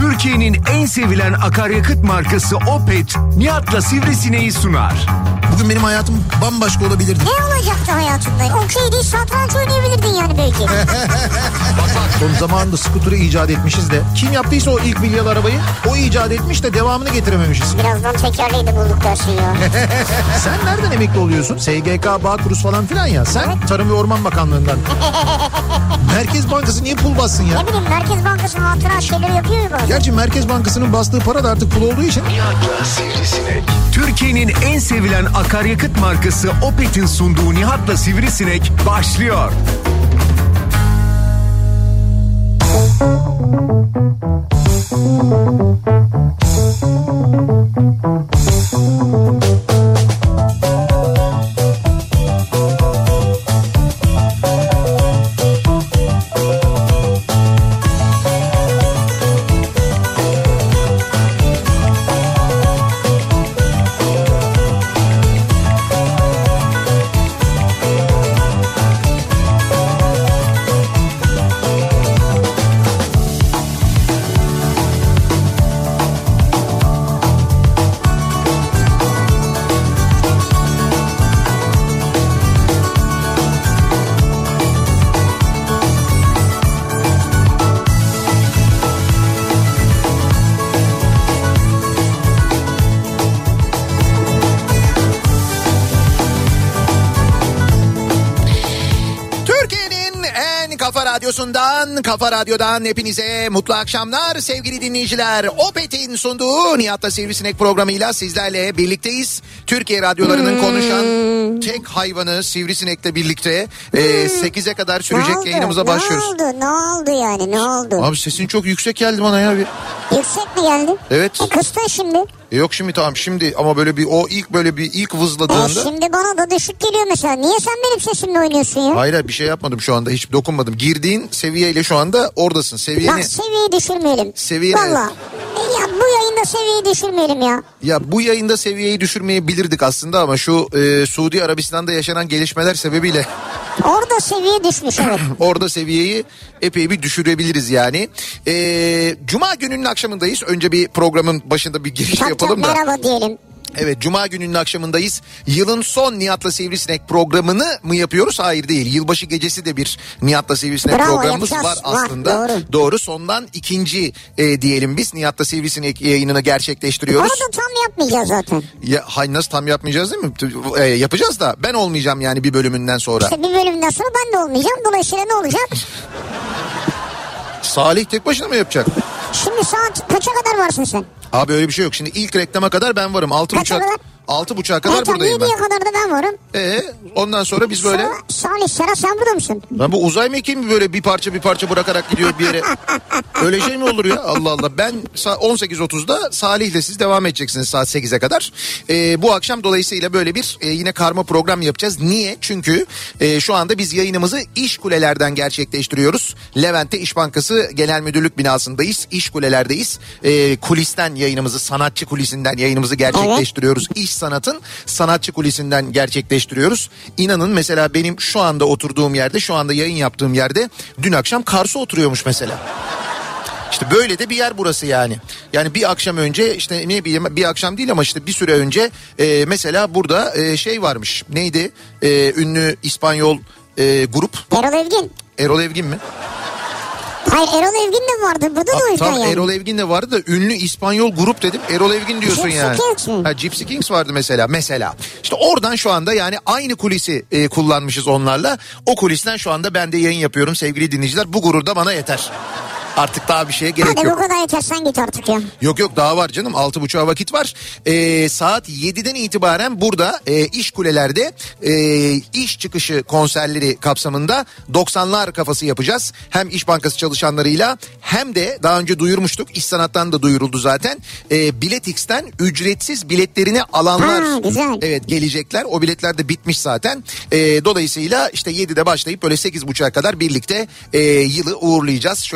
Türkiye'nin en sevilen akaryakıt markası Opet, Nihat'la Sivrisineği sunar. Bugün benim hayatım bambaşka olabilirdi. Ne olacaktı hayatında? Okey değil, satranç oynayabilirdin yani belki. Son zamanında skuturu icat etmişiz de. Kim yaptıysa o ilk milyalı arabayı o icat etmiş de devamını getirememişiz. Birazdan tekerleği de bulduk dersin ya. Sen nereden emekli oluyorsun? SGK, Bağkuruz falan filan ya. Sen evet. Tarım ve Orman Bakanlığı'ndan. Merkez Bankası niye pul bassın ya? Ne bileyim, Merkez Bankası'nın hatıra şeyleri yapıyor ya bazen. Gerçi Merkez Bankası'nın bastığı para da artık pul olduğu için. Nihat'la Sivrisinek. Türkiye'nin en sevilen akaryakıt markası Opet'in sunduğu Nihat'la Sivrisinek başlıyor. Kafa Radyo'dan hepinize mutlu akşamlar sevgili dinleyiciler. Opet'in sunduğu Nihat'la Sivrisinek programıyla sizlerle birlikteyiz. Türkiye radyolarının konuşan tek hayvanı Sivrisinek'le birlikte 8'e kadar sürecek yayınımıza başlıyoruz. Ne oldu yani, ne oldu? Abi sesin çok yüksek geldi bana ya. Yüksek mi geldi? Evet. Kıstın şimdi. Yok şimdi tamam şimdi ama böyle bir o ilk vızladığında. Şimdi bana da düşük geliyor mesela. Niye sen benim sesimle oynuyorsun ya? Hayır bir şey yapmadım şu anda, hiç dokunmadım. Girdiğin seviyeyle şu anda oradasın. Seviyeni... Bak seviyeyi düşürmeyelim. Valla. Ya bu yayında seviyeyi düşürmeyelim ya. Ya bu yayında seviyeyi düşürmeyebilirdik aslında ama şu Suudi Arabistan'da yaşanan gelişmeler sebebiyle. Orada seviye düşmüş evet. Orada seviyeyi epey bir düşürebiliriz yani. Cuma gününün akşamındayız. Önce bir programın başında bir giriş yapalım da. Merhaba diyelim. Evet, Cuma gününün akşamındayız. Yılın son Nihat'la Sivrisinek programını mı yapıyoruz? Hayır değil. Yılbaşı gecesi de bir Nihat'la Sivrisinek programımız var aslında. Doğru. Sondan ikinci diyelim biz. Nihat'la Sivrisinek yayınını gerçekleştiriyoruz. Onu da tam yapmayacağız zaten. Hayır, nasıl tam yapmayacağız değil mi? Yapacağız da ben olmayacağım yani bir bölümünden sonra. İşte bir bölümden sonra ben de olmayacağım. Dolayısıyla ne olacak? Salih tek başına mı yapacak? Şimdi saat kaça kadar varsın sen? Abi öyle bir şey yok. Şimdi ilk reklama kadar ben varım. 6.30'a kadar buradayım ben. 7'ye kadar da ben varım. Ondan sonra biz böyle... Salih Serhat sen burada mısın? Lan bu uzay mekiği mi böyle bir parça bırakarak gidiyor bir yere? Öyle şey mi olur ya? Allah Allah. Ben 18.30'da Salih'le siz devam edeceksiniz saat 8'e kadar. Bu akşam dolayısıyla böyle bir yine karma program yapacağız. Niye? Çünkü şu anda biz yayınımızı İşkuleler'den gerçekleştiriyoruz. Levent'te İş Bankası Genel Müdürlük binasındayız. İşkuleler'deyiz. Kulisten yayınımızı, sanatçı kulisinden yayınımızı gerçekleştiriyoruz. İş sanatın sanatçı kulisinden gerçekleştiriyoruz. İnanın mesela benim şu anda oturduğum yerde, şu anda yayın yaptığım yerde dün akşam Karsu oturuyormuş mesela. İşte böyle de bir yer burası yani. Yani bir akşam önce işte ne bileyim, bir akşam değil ama işte bir süre önce mesela burada şey varmış. Neydi? Ünlü İspanyol grup. Erol Evgin mi? Hayır, Erol Evgin de vardı. Bu da o yüzden yani. Erol Evgin de vardı da ünlü İspanyol grup dedim. Erol Evgin diyorsun Gypsy yani. Kings. Gypsy Kings vardı mesela. İşte oradan şu anda yani aynı kulisi kullanmışız onlarla. O kulisten şu anda ben de yayın yapıyorum sevgili dinleyiciler. Bu gurur da bana yeter. Artık daha bir şeye gerek yok. Hadi bu kadar yeter, sen git artık ya. Yok daha var canım, 6.30'a vakit var. Saat 7'den itibaren burada İşkuleler'de iş çıkışı konserleri kapsamında 90'lar kafası yapacağız. Hem İş Bankası çalışanlarıyla hem de daha önce duyurmuştuk. İş Sanat'tan da duyuruldu zaten. Biletix'ten ücretsiz biletlerini alanlar güzel. Evet gelecekler. O biletler de bitmiş zaten. Dolayısıyla işte 7'de başlayıp böyle 8.30'a kadar birlikte yılı uğurlayacağız. Şöyle bir kafa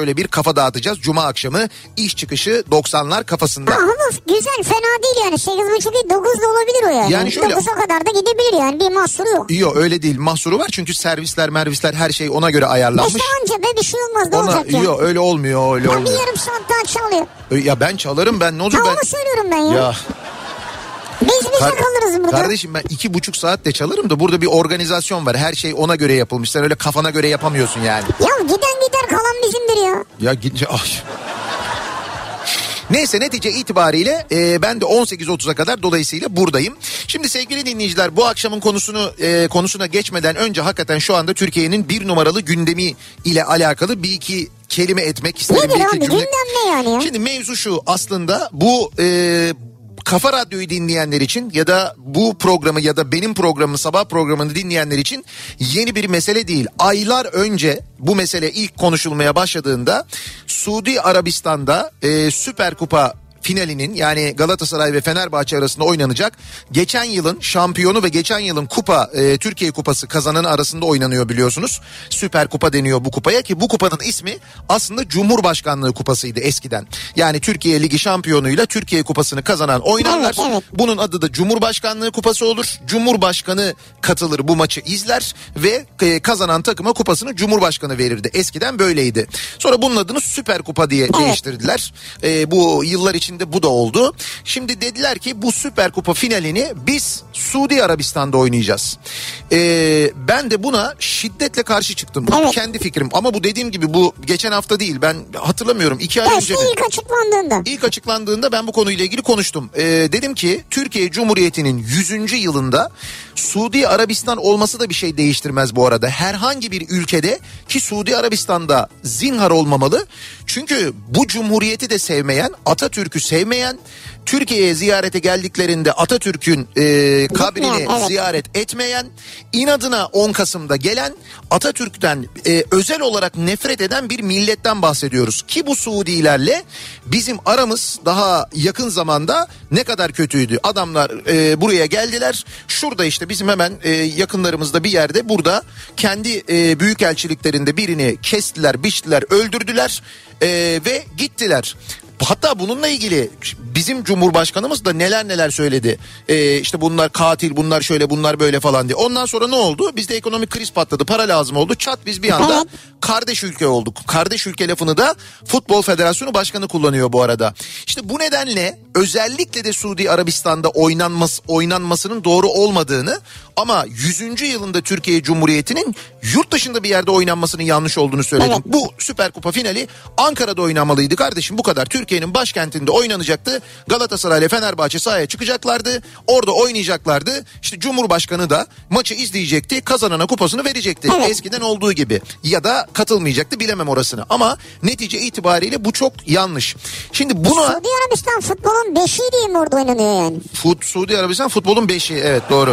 kafa dağıtacağız. Cuma akşamı iş çıkışı 90'lar kafasında. Ama güzel, fena değil yani. 8.30 değil 9 da olabilir o yani. Yani şöyle, 9'a kadar da gidebilir yani, bir mahsuru yok. Yok öyle değil, mahsuru var çünkü servisler her şey ona göre ayarlanmış. İşte anca be, bir şey olmaz, ne olacak yani. Yok öyle olmuyor, öyle olmuyor. Bir yarım saat daha çalıyor. Ya ben çalarım, ben ne olacak ben. Onu söylüyorum ben ya. Ya. Biz kalırız burada. Kardeşim ben 2,5 saat de çalarım da burada bir organizasyon var. Her şey ona göre yapılmış. Sen öyle kafana göre yapamıyorsun yani. Ya giden gider, kalan bizimdir ya. Ya gidince... Neyse, netice itibariyle ben de 18.30'a kadar dolayısıyla buradayım. Şimdi sevgili dinleyiciler, bu akşamın konusuna geçmeden önce hakikaten şu anda Türkiye'nin bir numaralı gündemi ile alakalı bir iki kelime etmek isterim. Nedir abi, gündem ne yani ya? Şimdi mevzu şu, aslında bu... Kafa Radyo'yu dinleyenler için ya da bu programı ya da benim programı, sabah programını dinleyenler için yeni bir mesele değil. Aylar önce bu mesele ilk konuşulmaya başladığında Suudi Arabistan'da Süper Kupa finalinin, yani Galatasaray ve Fenerbahçe arasında oynanacak, geçen yılın şampiyonu ve geçen yılın kupa Türkiye Kupası kazananı arasında oynanıyor biliyorsunuz. Süper Kupa deniyor bu kupaya ki bu kupanın ismi aslında Cumhurbaşkanlığı Kupası'ydı eskiden. Yani Türkiye Ligi şampiyonuyla Türkiye Kupası'nı kazanan oynarlar. Evet. Bunun adı da Cumhurbaşkanlığı Kupası olur. Cumhurbaşkanı katılır, bu maçı izler ve kazanan takıma kupasını Cumhurbaşkanı verirdi. Eskiden böyleydi. Sonra bunun adını Süper Kupa diye değiştirdiler. Bu yıllar içinde bu da oldu. Şimdi dediler ki bu Süper Kupa finalini biz Suudi Arabistan'da oynayacağız. Ben de buna şiddetle karşı çıktım. Bu kendi fikrim ama bu dediğim gibi bu geçen hafta değil, ben hatırlamıyorum, 2 ay önce. İlk açıklandığında ben bu konuyla ilgili konuştum. Dedim ki Türkiye Cumhuriyeti'nin 100. yılında Suudi Arabistan olması da bir şey değiştirmez bu arada. Herhangi bir ülkede, ki Suudi Arabistan'da zinhar olmamalı. Çünkü bu cumhuriyeti de sevmeyen, Atatürk'ü sevmeyen, Türkiye'ye ziyarete geldiklerinde Atatürk'ün kabrini ziyaret etmeyen, inadına 10 Kasım'da gelen, Atatürk'ten özel olarak nefret eden bir milletten bahsediyoruz. Ki bu Suudilerle bizim aramız daha yakın zamanda ne kadar kötüydü. Adamlar buraya geldiler. Şurada işte bizim hemen yakınlarımızda bir yerde, burada kendi büyükelçiliklerinde birini kestiler, biçtiler, öldürdüler ve gittiler. Hatta bununla ilgili bizim Cumhurbaşkanımız da neler söyledi. İşte bunlar katil, bunlar şöyle, bunlar böyle falan diye. Ondan sonra ne oldu? Bizde ekonomik kriz patladı, para lazım oldu. Çat, biz bir anda kardeş ülke olduk. Kardeş ülke lafını da Futbol Federasyonu Başkanı kullanıyor bu arada. İşte bu nedenle özellikle de Suudi Arabistan'da oynanmasının doğru olmadığını, ama 100. yılında Türkiye Cumhuriyeti'nin yurt dışında bir yerde oynanmasının yanlış olduğunu söyledim. Evet. Bu Süper Kupa finali Ankara'da oynanmalıydı kardeşim, bu kadar. Türkiye'nin başkentinde oynanacaktı. Galatasaray ile Fenerbahçe sahaya çıkacaklardı. Orada oynayacaklardı. İşte Cumhurbaşkanı da maçı izleyecekti. Kazanana kupasını verecekti. Evet. Eskiden olduğu gibi. Ya da katılmayacaktı, bilemem orasını. Ama netice itibariyle bu çok yanlış. Şimdi buna... Suudi Arabistan futbolun 5'i diye mi orada oynanıyor yani? Suudi Arabistan futbolun 5'i, evet doğru.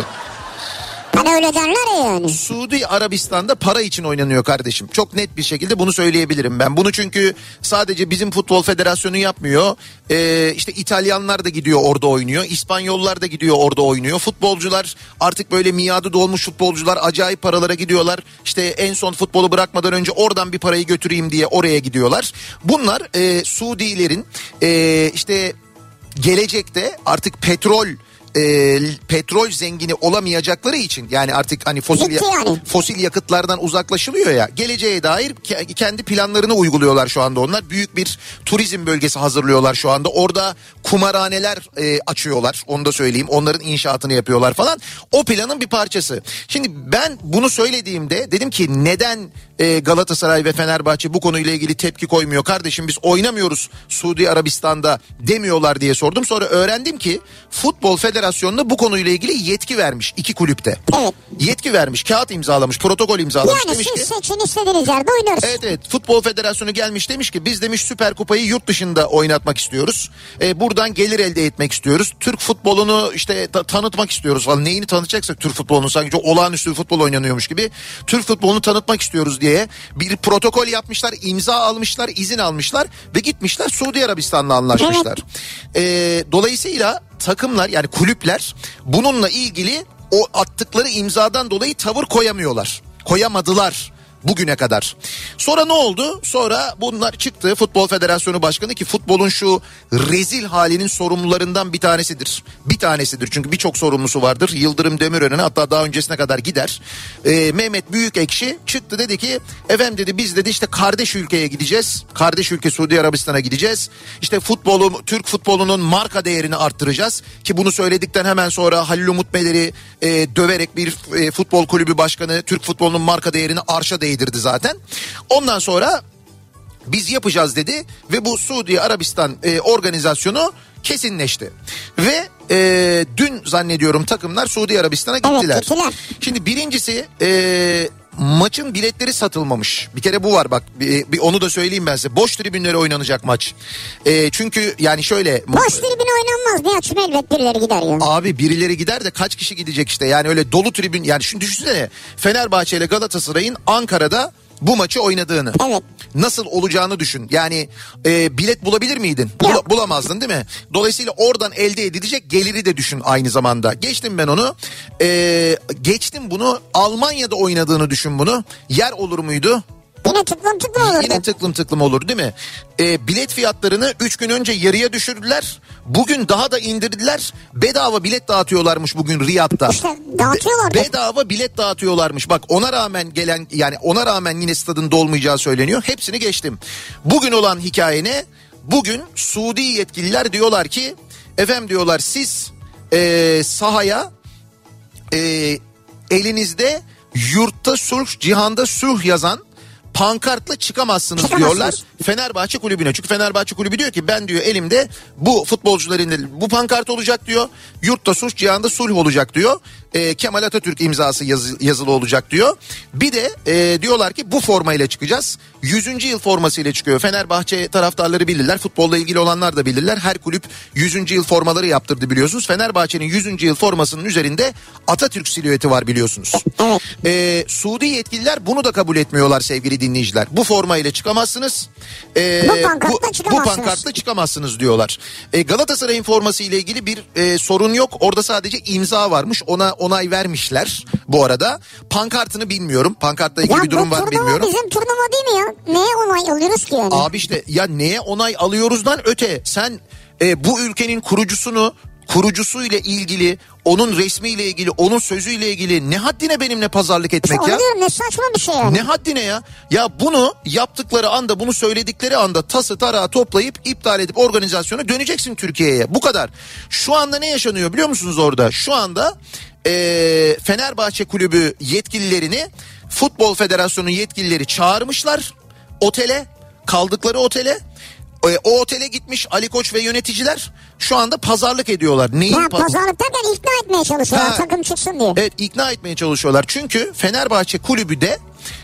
Hani öyle derler ya yani. Suudi Arabistan'da para için oynanıyor kardeşim. Çok net bir şekilde bunu söyleyebilirim ben. Bunu çünkü sadece bizim Futbol Federasyonu yapmıyor. İşte İtalyanlar da gidiyor orada oynuyor. İspanyollar da gidiyor orada oynuyor. Futbolcular artık böyle miadı dolmuş futbolcular acayip paralara gidiyorlar. İşte en son futbolu bırakmadan önce oradan bir parayı götüreyim diye oraya gidiyorlar. Bunlar Suudilerin işte gelecekte artık petrol zengini olamayacakları için, yani artık hani fosil yakıtlardan uzaklaşılıyor ya, geleceğe dair kendi planlarını uyguluyorlar şu anda onlar. Büyük bir turizm bölgesi hazırlıyorlar şu anda. Orada kumarhaneler açıyorlar, onu da söyleyeyim. Onların inşaatını yapıyorlar falan. O planın bir parçası. Şimdi ben bunu söylediğimde dedim ki neden Galatasaray ve Fenerbahçe bu konuyla ilgili tepki koymuyor? Kardeşim biz oynamıyoruz Suudi Arabistan'da demiyorlar diye sordum. Sonra öğrendim ki Futbol Federasyonu'na bu konuyla ilgili yetki vermiş iki kulüpte. Evet. Yetki vermiş, kağıt imzalamış, protokol imzalamış. Yani demiş siz seçin, istediğiniz yerde oynarız. Evet, Futbol Federasyonu gelmiş, demiş ki biz demiş Süper Kupayı yurt dışında oynatmak istiyoruz. Buradan gelir elde etmek istiyoruz. Türk futbolunu işte tanıtmak istiyoruz falan. Neyini tanıtacaksak Türk futbolunu, sanki çok olağanüstü bir futbol oynanıyormuş gibi. Türk futbolunu tanıtmak istiyoruz diye bir protokol yapmışlar, imza almışlar, izin almışlar ve gitmişler Suudi Arabistan'la anlaşmışlar. Evet. Dolayısıyla takımlar, yani kulüpler bununla ilgili o attıkları imzadan dolayı tavır koyamıyorlar. Koyamadılar. bugüne kadar. Sonra ne oldu? Sonra bunlar çıktı. Futbol Federasyonu Başkanı, ki futbolun şu rezil halinin sorumlularından bir tanesidir. Bir tanesidir çünkü birçok sorumlusu vardır. Yıldırım Demirören'e, hatta daha öncesine kadar gider. Mehmet Büyükekşi çıktı, dedi ki efendim dedi, biz dedi işte kardeş ülkeye gideceğiz. Kardeş ülke Suudi Arabistan'a gideceğiz. İşte Türk futbolunun marka değerini arttıracağız. Ki bunu söyledikten hemen sonra Halil Umut Meler'i döverek bir futbol kulübü başkanı Türk futbolunun marka değerini arşa değdirdi zaten. Ondan sonra biz yapacağız dedi ve bu Suudi Arabistan organizasyonu kesinleşti. Ve dün zannediyorum takımlar Suudi Arabistan'a gittiler. Evet, şimdi birincisi maçın biletleri satılmamış. Bir kere bu var bak, bir onu da söyleyeyim ben size. Boş tribünlere oynanacak maç. Çünkü yani şöyle. Boş tribüne oynanmaz. Ne açın, elbet birileri gider ya. Abi birileri gider de kaç kişi gidecek işte. Yani öyle dolu tribün. Yani şimdi düşünsene, Fenerbahçe ile Galatasaray'ın Ankara'da bu maçı oynadığını. Evet. Nasıl olacağını düşün. Yani bilet bulabilir miydin? Bulamazdın değil mi? Dolayısıyla oradan elde edilecek geliri de düşün aynı zamanda. Geçtim ben onu. Geçtim bunu. Almanya'da oynadığını düşün bunu. Yer olur muydu? Yine tıklım tıklım olurdu. Yine tıklım tıklım olur değil mi? Bilet fiyatlarını 3 gün önce yarıya düşürdüler. Bugün daha da indirdiler. Bedava bilet dağıtıyorlarmış bugün Riyad'da. İşte dağıtıyorlar. Bedava bilet dağıtıyorlarmış. Bak ona rağmen yine stadın dolmayacağı söyleniyor. Hepsini geçtim. Bugün olan hikaye ne? Bugün Suudi yetkililer diyorlar ki efendim diyorlar, siz sahaya elinizde yurtta sulh, cihanda sulh yazan pankartla çıkamazsınız diyorlar Fenerbahçe kulübüne. Çünkü Fenerbahçe kulübü diyor ki ben diyor elimde bu futbolcuların bu pankart olacak diyor. Yurtta sulh, cihanda sulh olacak diyor. Kemal Atatürk imzası yazılı olacak diyor. Bir de diyorlar ki bu formayla çıkacağız. 100. yıl formasıyla çıkıyor. Fenerbahçe taraftarları bilirler. Futbolla ilgili olanlar da bilirler. Her kulüp 100. yıl formaları yaptırdı biliyorsunuz. Fenerbahçe'nin 100. yıl formasının üzerinde Atatürk silüeti var biliyorsunuz. Evet. Suudi yetkililer bunu da kabul etmiyorlar sevgili dinleyiciler. Bu formayla çıkamazsınız. Bu pankartla çıkamazsınız diyorlar. Galatasaray'ın forması ile ilgili bir sorun yok. Orada sadece imza varmış. Ona onay vermişler bu arada. Pankartını bilmiyorum. Pankartla ilgili bir durum var mı bilmiyorum. Ya bu bizim turnuva değil mi ya? Neye onay alıyoruz ki yani? Abi işte ya neye onay alıyoruzdan öte. Sen bu ülkenin kurucusuyla ilgili, onun resmiyle ilgili, onun sözüyle ilgili ne haddine benimle pazarlık etmek işte ya? Diyorum, ne saçma bir şey yani. Ne haddine ya? Ya bunu yaptıkları anda, bunu söyledikleri anda tası tarağı toplayıp iptal edip organizasyona döneceksin Türkiye'ye. Bu kadar. Şu anda ne yaşanıyor biliyor musunuz orada? Şu anda Fenerbahçe kulübü yetkililerini Futbol Federasyonu yetkilileri çağırmışlar otele, kaldıkları otele. O otele gitmiş Ali Koç ve yöneticiler şu anda pazarlık ediyorlar. Pazarlık derken ikna etmeye çalışıyorlar takım çıksın diye. Evet, ikna etmeye çalışıyorlar. Çünkü Fenerbahçe kulübü de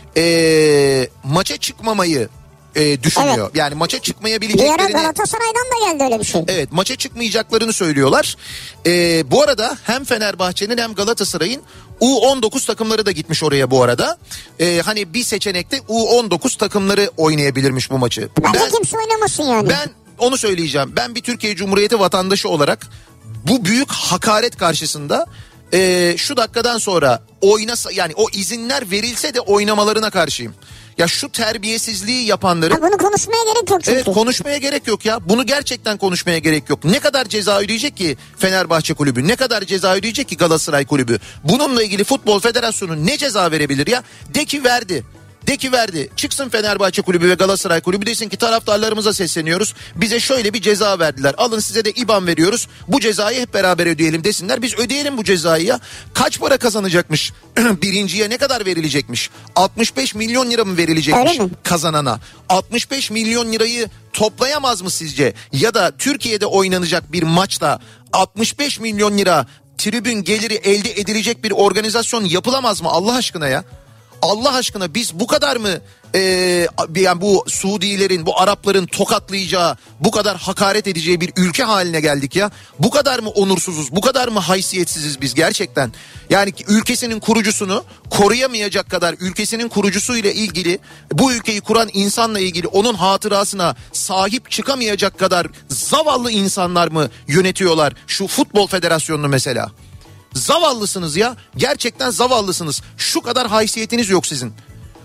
maça çıkmamayı düşünüyor. Evet. Yani maça çıkmayabileceklerini... Bir ara Galatasaray'dan da geldi öyle bir şey. Evet, maça çıkmayacaklarını söylüyorlar. Bu arada hem Fenerbahçe'nin hem Galatasaray'ın U19 takımları da gitmiş oraya bu arada. Hani bir seçenekte U19 takımları oynayabilirmiş bu maçı. Bence kimse oynamasın yani. Ben onu söyleyeceğim. Ben bir Türkiye Cumhuriyeti vatandaşı olarak bu büyük hakaret karşısında şu dakikadan sonra yani o izinler verilse de oynamalarına karşıyım. Ya şu terbiyesizliği yapanları... bunu konuşmaya gerek yok çünkü. Evet, konuşmaya gerek yok ya. Bunu gerçekten konuşmaya gerek yok. Ne kadar ceza ödeyecek ki Fenerbahçe kulübü? Ne kadar ceza ödeyecek ki Galatasaray kulübü? Bununla ilgili Futbol Federasyonu ne ceza verebilir ya? De ki verdi. Çıksın Fenerbahçe kulübü ve Galatasaray kulübü desin ki taraftarlarımıza sesleniyoruz. Bize şöyle bir ceza verdiler. Alın size de IBAN veriyoruz. Bu cezayı hep beraber ödeyelim desinler. Biz ödeyelim bu cezayı ya. Kaç para kazanacakmış? Birinciye ne kadar verilecekmiş? 65 milyon lira mı verilecekmiş kazanana? 65 milyon lirayı toplayamaz mı sizce? Ya da Türkiye'de oynanacak bir maçta 65 milyon lira tribün geliri elde edilecek bir organizasyon yapılamaz mı Allah aşkına ya? Allah aşkına biz bu kadar mı yani bu Suudilerin, bu Arapların tokatlayacağı, bu kadar hakaret edeceği bir ülke haline geldik ya? Bu kadar mı onursuzuz, bu kadar mı haysiyetsiziz biz gerçekten? Yani ülkesinin kurucusunu koruyamayacak kadar, ülkesinin kurucusuyla ilgili, bu ülkeyi kuran insanla ilgili onun hatırasına sahip çıkamayacak kadar zavallı insanlar mı yönetiyorlar şu Futbol Federasyonu'nu mesela? Zavallısınız ya. Gerçekten zavallısınız. Şu kadar haysiyetiniz yok sizin.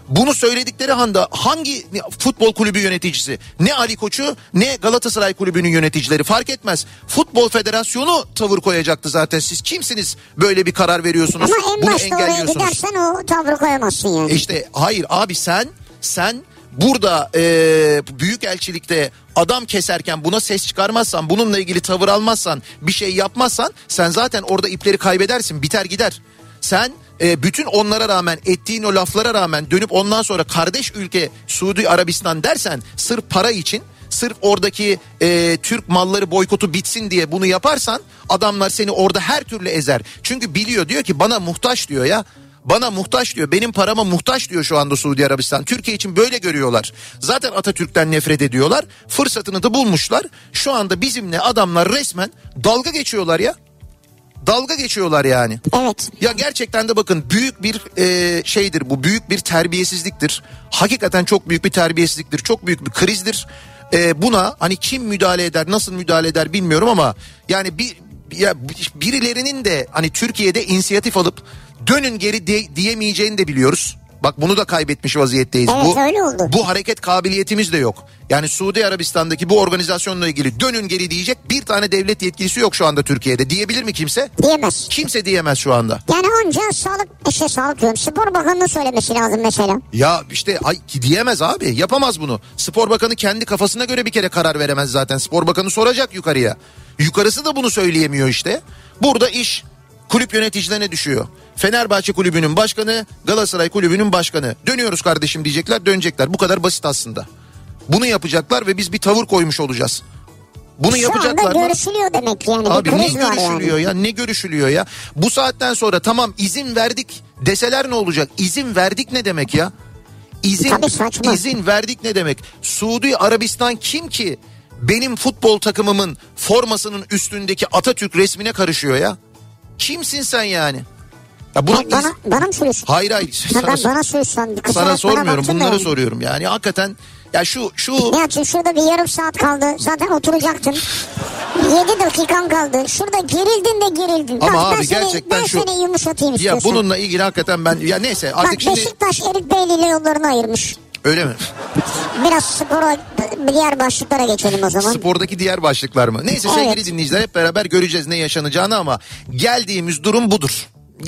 Bunu söyledikleri anda hangi futbol kulübü yöneticisi, ne Ali Koç'u ne Galatasaray kulübünün yöneticileri fark etmez. Futbol Federasyonu tavır koyacaktı zaten. Siz kimsiniz böyle bir karar veriyorsunuz? Ama en başta oraya gidersen o tavır koyamazsın yani. İşte hayır abi sen burada büyükelçilikte adam keserken buna ses çıkarmazsan, bununla ilgili tavır almazsan, bir şey yapmazsan sen zaten orada ipleri kaybedersin, biter gider. Sen bütün onlara rağmen, ettiğin o laflara rağmen dönüp ondan sonra kardeş ülke Suudi Arabistan dersen, sırf para için, sırf oradaki Türk malları boykotu bitsin diye bunu yaparsan adamlar seni orada her türlü ezer. Çünkü biliyor, diyor ki bana muhtaç diyor ya. Bana muhtaç diyor, benim parama muhtaç diyor şu anda Suudi Arabistan. Türkiye için böyle görüyorlar. Zaten Atatürk'ten nefret ediyorlar. Fırsatını da bulmuşlar. Şu anda bizimle adamlar resmen dalga geçiyorlar ya. Dalga geçiyorlar yani. Evet. Ya gerçekten de bakın, büyük bir şeydir bu, büyük bir terbiyesizliktir. Hakikaten çok büyük bir terbiyesizliktir, çok büyük bir krizdir. Buna hani kim müdahale eder, nasıl müdahale eder bilmiyorum ama yani birilerinin de hani Türkiye'de inisiyatif alıp dönün geri diyemeyeceğini de biliyoruz. Bak bunu da kaybetmiş vaziyetteyiz. Evet, öyle oldu. Bu hareket kabiliyetimiz de yok. Yani Suudi Arabistan'daki bu organizasyonla ilgili dönün geri diyecek bir tane devlet yetkilisi yok şu anda Türkiye'de. Diyebilir mi kimse? Diyemez. Kimse diyemez şu anda. Yani önce sağlık diyorum. Spor Bakanı'nın söylemesi lazım mesela. Ya işte diyemez abi, yapamaz bunu. Spor Bakanı kendi kafasına göre bir kere karar veremez zaten. Spor Bakanı soracak yukarıya. Yukarısı da bunu söyleyemiyor işte. Burada iş kulüp yöneticilerine düşüyor. Fenerbahçe kulübünün başkanı, Galatasaray kulübünün başkanı. Dönüyoruz kardeşim diyecekler, dönecekler. Bu kadar basit aslında. Bunu yapacaklar ve biz bir tavır koymuş olacağız. Bunu şu yapacaklar mı? Şu anda görüşülüyor demek ki yani. Abi ne görüşülüyor yani ya, ne görüşülüyor ya? Bu saatten sonra tamam izin verdik deseler ne olacak? İzin verdik ne demek ya? İzin verdik ne demek? Suudi Arabistan kim ki benim futbol takımımın formasının üstündeki Atatürk resmine karışıyor ya? Kimsin sen yani? Ya bana mı söylüyorsun? Hayır. Bana söylüyorsun. Sana sormuyorum, bunları soruyorum. Yani hakikaten ya şu... Ya şurada bir yarım saat kaldı. Zaten oturacaktın. 7 dakikan kaldı. Şurada gerildin. Ama bak, abi gerçekten seni yumuşatayım istiyorsan. Ya bununla ilgili hakikaten ben... Ya neyse artık bak, Beşiktaş Erik Beyli ile yollarını ayırmış. Öyle mi? Biraz spora, diğer başlıklara geçelim o zaman. Spordaki diğer başlıklar mı? Neyse evet. Sevgili dinleyiciler, hep beraber göreceğiz ne yaşanacağını ama geldiğimiz durum budur.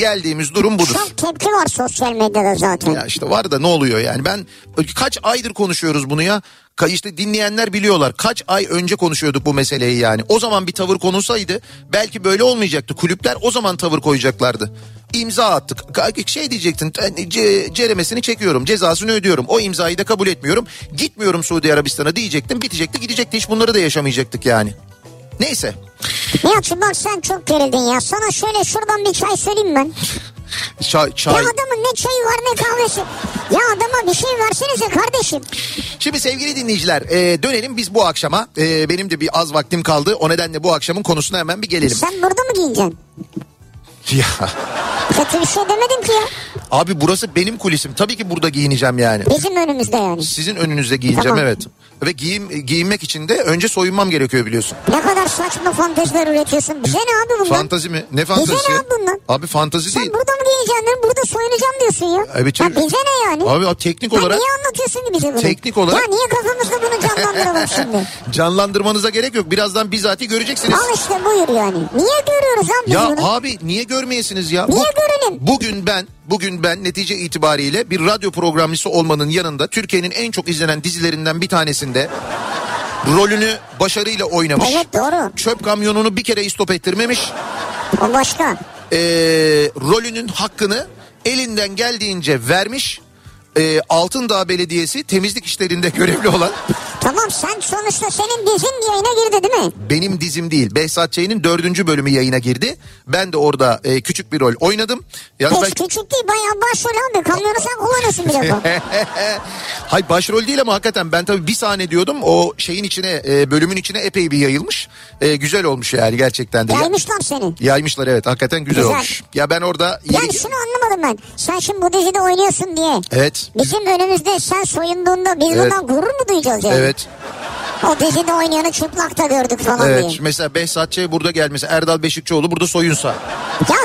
Çok tepki var sosyal medyada zaten. Ya işte var da ne oluyor yani, ben kaç aydır konuşuyoruz bunu ya. İşte dinleyenler biliyorlar, kaç ay önce konuşuyorduk bu meseleyi yani. O zaman bir tavır konulsaydı belki böyle olmayacaktı. Kulüpler o zaman tavır koyacaklardı. İmza attık. Şey diyecektin, ceremesini çekiyorum, cezasını ödüyorum. O imzayı da kabul etmiyorum. Gitmiyorum Suudi Arabistan'a diyecektim. Bitecekti, gidecekti. Hiç bunları da yaşamayacaktık yani. Neyse. Nihat'cığım bak sen çok gerildin ya. Sana şöyle şuradan bir çay söyleyeyim ben. Çay. Ya adamın ne çayı var ne kahvesi. Ya adama bir şey versenize kardeşim. Şimdi sevgili dinleyiciler dönelim biz bu akşama. Benim de bir az vaktim kaldı. O nedenle bu akşamın konusuna hemen bir gelelim. Sen burada mı giyeceksin? Ya. Kötü bir şey demedim ki ya. Abi burası benim kulisim. Tabii ki burada giyineceğim yani. Bizim önümüzde yani. Sizin önünüzde giyineceğim, tamam. Evet. Ve giyinmek için de önce soyunmam gerekiyor biliyorsun. Ne kadar saçma fanteziler üretiyorsun. Bize ne abi bundan? Fantezi mi? Ne fantezisi? Bize ne abi bundan? Abi fantezi değil. Sen burada mı giyeceksin? Burada soyunacağım diyorsun ya. Evet. Ya bize ne yani? Abi teknik olarak. Niye anlatıyorsun ki bize bunu? Teknik olarak. Ya niye kafamızda bunu canlandıralım şimdi? Canlandırmanıza gerek yok. Birazdan bizatihi göreceksiniz. Al işte buyur yani. Niye görüyoruz abi ya bunu? Abi niye görmeyesiniz ya? Niye görelim? Bugün ben netice itibariyle bir radyo programcısı olmanın yanında Türkiye'nin en çok izlenen dizilerinden bir tanesinde rolünü başarıyla oynamış. Evet, doğru. Çöp kamyonunu bir kere istop ettirmemiş. O başka. Rolünün hakkını elinden geldiğince vermiş. Altındağ Belediyesi temizlik işlerinde görevli olan. Tamam, sen sonuçta senin dizin yayına girdi değil mi? Benim dizim değil. Behzat Ç'nin 4. bölümü yayına girdi. Ben de orada küçük bir rol oynadım. Hiç küçük değil, bayağı başrol abi. Kamyonu sen kullanıyorsun bir defa. Hayır, başrol değil ama hakikaten ben tabii bir sahne diyordum. O şeyin içine, bölümün içine epey bir yayılmış. Güzel olmuş yani gerçekten de. Yaymışlar seni. Yaymışlar, evet, hakikaten güzel olmuş. Ya ben orada... Yani şunu anlamadım ben. Sen şimdi bu dizide oynuyorsun diye. Evet. Bizim önümüzde sen soyunduğunda biz bundan gurur mu duyacağız yani? Evet. O dizide oynayanı çıplakta gördük falan diye. Evet, mesela Behzat Ç burada gelmesi, Erdal Beşikçioğlu burada soyunsa. Ya zaten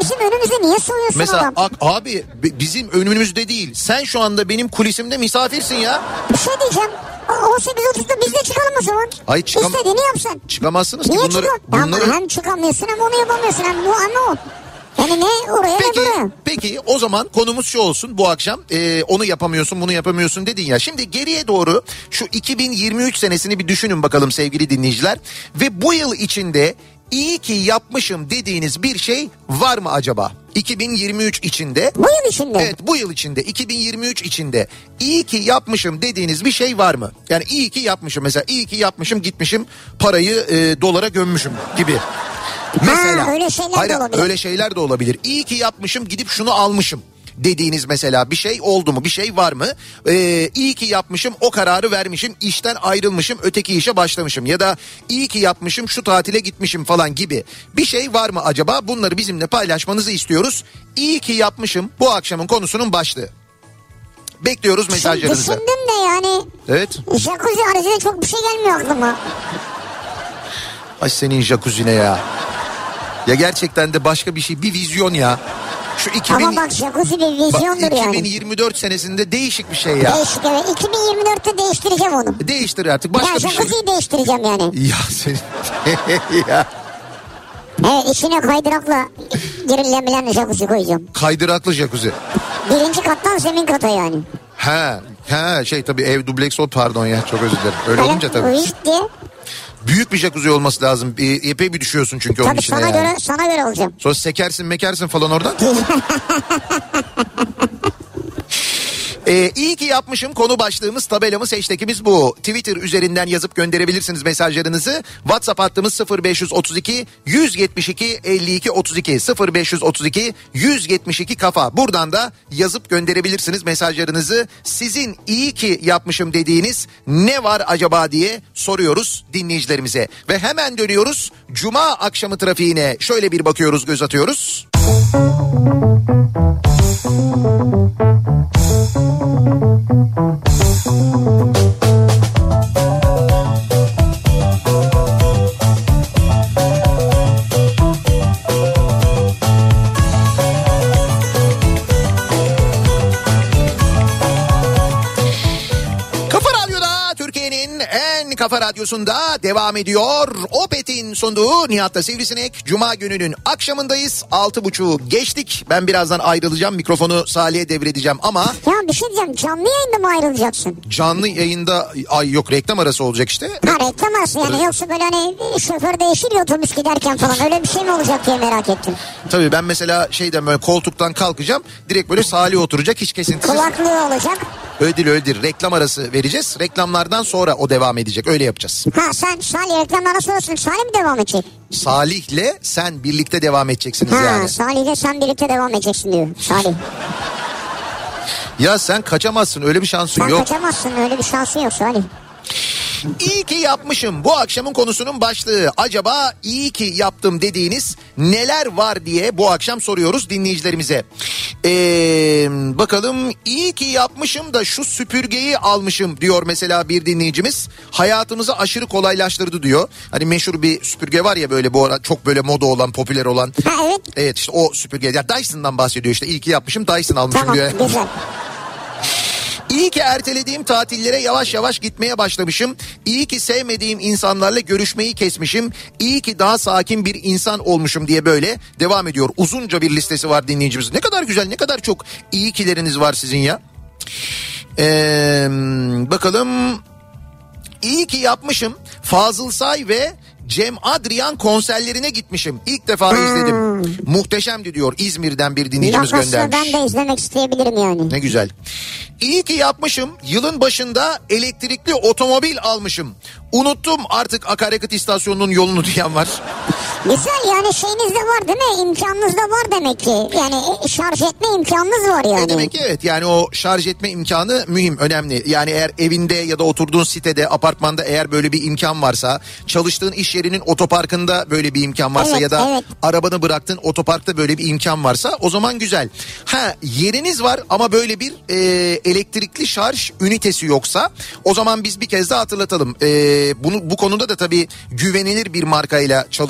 bizim önümüzde niye soyuyorsun Mesela adam? abi bizim önümüzde değil. Sen şu anda benim kulisimde misafirsin ya. Bir şey diyeceğim. 18.30'da biz de çıkalım o zaman. Hayır İstediğini yapsın. Çıkamazsınız ki niye bunları. Ama hem çıkamıyorsun hem onu yapamıyorsun hem bu hem o. Yani ne oraya ne buraya. Peki o zaman konumuz şu olsun bu akşam. Onu yapamıyorsun bunu yapamıyorsun dedin ya. Şimdi geriye doğru şu 2023 senesini bir düşünün bakalım sevgili dinleyiciler. Ve bu yıl içinde iyi ki yapmışım dediğiniz bir şey var mı acaba? 2023 içinde. Bu yıl içinde. Evet, bu yıl içinde 2023 içinde iyi ki yapmışım dediğiniz bir şey var mı? Yani iyi ki yapmışım, mesela iyi ki yapmışım gitmişim parayı dolara gömmüşüm gibi. Mesela öyle şeyler de olabilir. Öyle şeyler de olabilir. İyi ki yapmışım gidip şunu almışım dediğiniz mesela bir şey oldu mu, bir şey var mı? İyi ki yapmışım, o kararı vermişim, işten ayrılmışım, öteki işe başlamışım ya da iyi ki yapmışım, şu tatile gitmişim falan gibi bir şey var mı acaba? Bunları bizimle paylaşmanızı istiyoruz. İyi ki yapmışım bu akşamın konusunun başlığı. Bekliyoruz mesajlarınızı. Düşündüm de yani. Evet. Jacuzzi haricinde çok bir şey gelmiyor aklıma. Ay senin jacuzzi'ne ya. Ya gerçekten de başka bir şey, bir vizyon ya. Şu Ama bak jacuzzi bir vizyondur yani. 2024 senesinde değişik bir şey ya. Değişik, evet. 2024'te değiştireceğim onu. Değiştir artık başka ya bir şey. Jacuzzi'yi değiştireceğim yani. Ya senin... ya. Evet, içine kaydırakla girilebilen jacuzzi koyacağım. Kaydıraklı jacuzzi. Birinci kattan zemin kata yani. Şey tabii ev dubleks ol, pardon ya, çok özür dilerim. Öyle olunca tabii. Diye. Büyük bir jacuzzi olması lazım. Epey bir düşüyorsun çünkü tabii onun içine sana yani. Sana göre olacağım. Sonra sekersin falan oradan. İyi ki yapmışım konu başlığımız, tabelamız, hashtagimiz bu. Twitter üzerinden yazıp gönderebilirsiniz mesajlarınızı. WhatsApp hattımız 0532 172 52 32 0532 172 kafa. Buradan da yazıp gönderebilirsiniz mesajlarınızı. Sizin iyi ki yapmışım dediğiniz ne var acaba diye soruyoruz dinleyicilerimize. Ve hemen dönüyoruz Cuma akşamı trafiğine. Şöyle bir bakıyoruz, göz atıyoruz. Kafa Radyosu'nda devam ediyor. Opet'in sunduğu Nihat'la Sivrisinek. Cuma gününün akşamındayız. 6.30'u geçtik. Ben birazdan ayrılacağım. Mikrofonu Salih'e devredeceğim ama... Ya bir şey diyeceğim. Canlı yayında mı ayrılacaksın? Canlı yayında... Ay yok, reklam arası olacak işte. Ha, reklam arası yani. Yoksa böyle hani şoför değişir ya otobüs giderken falan. Öyle bir şey mi olacak diye merak ettim. Tabii ben mesela böyle koltuktan kalkacağım. Direkt böyle Salih oturacak, hiç kesintisiz. Kulaklığı olacak. Öyle değil. Reklam arası vereceğiz. Reklamlardan sonra o devam edecek. Öyle yapacağız. Ha, sen Salih reklamlardan sonrasın. Salih mi devam edecek? Salih'le sen birlikte devam edeceksiniz yani. Salih'le sen birlikte devam edeceksin diyor. Salih. Ya sen kaçamazsın, öyle bir şansın yok. Sen kaçamazsın, öyle bir şansın yok Salih. İyi ki yapmışım. Bu akşamın konusunun başlığı. Acaba iyi ki yaptım dediğiniz neler var diye bu akşam soruyoruz dinleyicilerimize. Bakalım, iyi ki yapmışım da şu süpürgeyi almışım diyor mesela bir dinleyicimiz. Hayatımızı aşırı kolaylaştırdı diyor. Hani meşhur bir süpürge var ya böyle bu ara çok böyle moda olan, popüler olan. Ha, evet. Evet, işte o süpürge. Ya Dyson'dan bahsediyor işte. İyi ki yapmışım, Dyson almışım tamam, diyor. Tamam, güzel. İyi ki ertelediğim tatillere yavaş yavaş gitmeye başlamışım. İyi ki sevmediğim insanlarla görüşmeyi kesmişim. İyi ki daha sakin bir insan olmuşum diye böyle devam ediyor. Uzunca bir listesi var dinleyicimiz. Ne kadar güzel, ne kadar çok iyi kileriniz var sizin ya. Bakalım. İyi ki yapmışım. Fazıl Say ve Cem Adrian konserlerine gitmişim. İlk defa izledim. Muhteşemdi diyor. İzmir'den bir dinleyicimiz göndermiş. Ben de izlemek isteyebilirim yani. Ne güzel. İyi ki yapmışım. Yılın başında elektrikli otomobil almışım. Unuttum artık akaryakıt istasyonunun yolunu diyen var. Güzel, yani şeyiniz de var değil mi? İmkanınız da var demek ki. Yani şarj etme imkanınız var yani. Demek ki evet, yani o şarj etme imkanı mühim, önemli. Yani eğer evinde ya da oturduğun sitede, apartmanda eğer böyle bir imkan varsa, çalıştığın iş yerinin otoparkında böyle bir imkan varsa, evet, ya da evet, arabanı bıraktığın otoparkta böyle bir imkan varsa o zaman güzel. Ha, yeriniz var ama böyle bir elektrikli şarj ünitesi yoksa o zaman biz bir kez daha hatırlatalım. Bu konuda da tabii güvenilir bir markayla çalışmak lazım.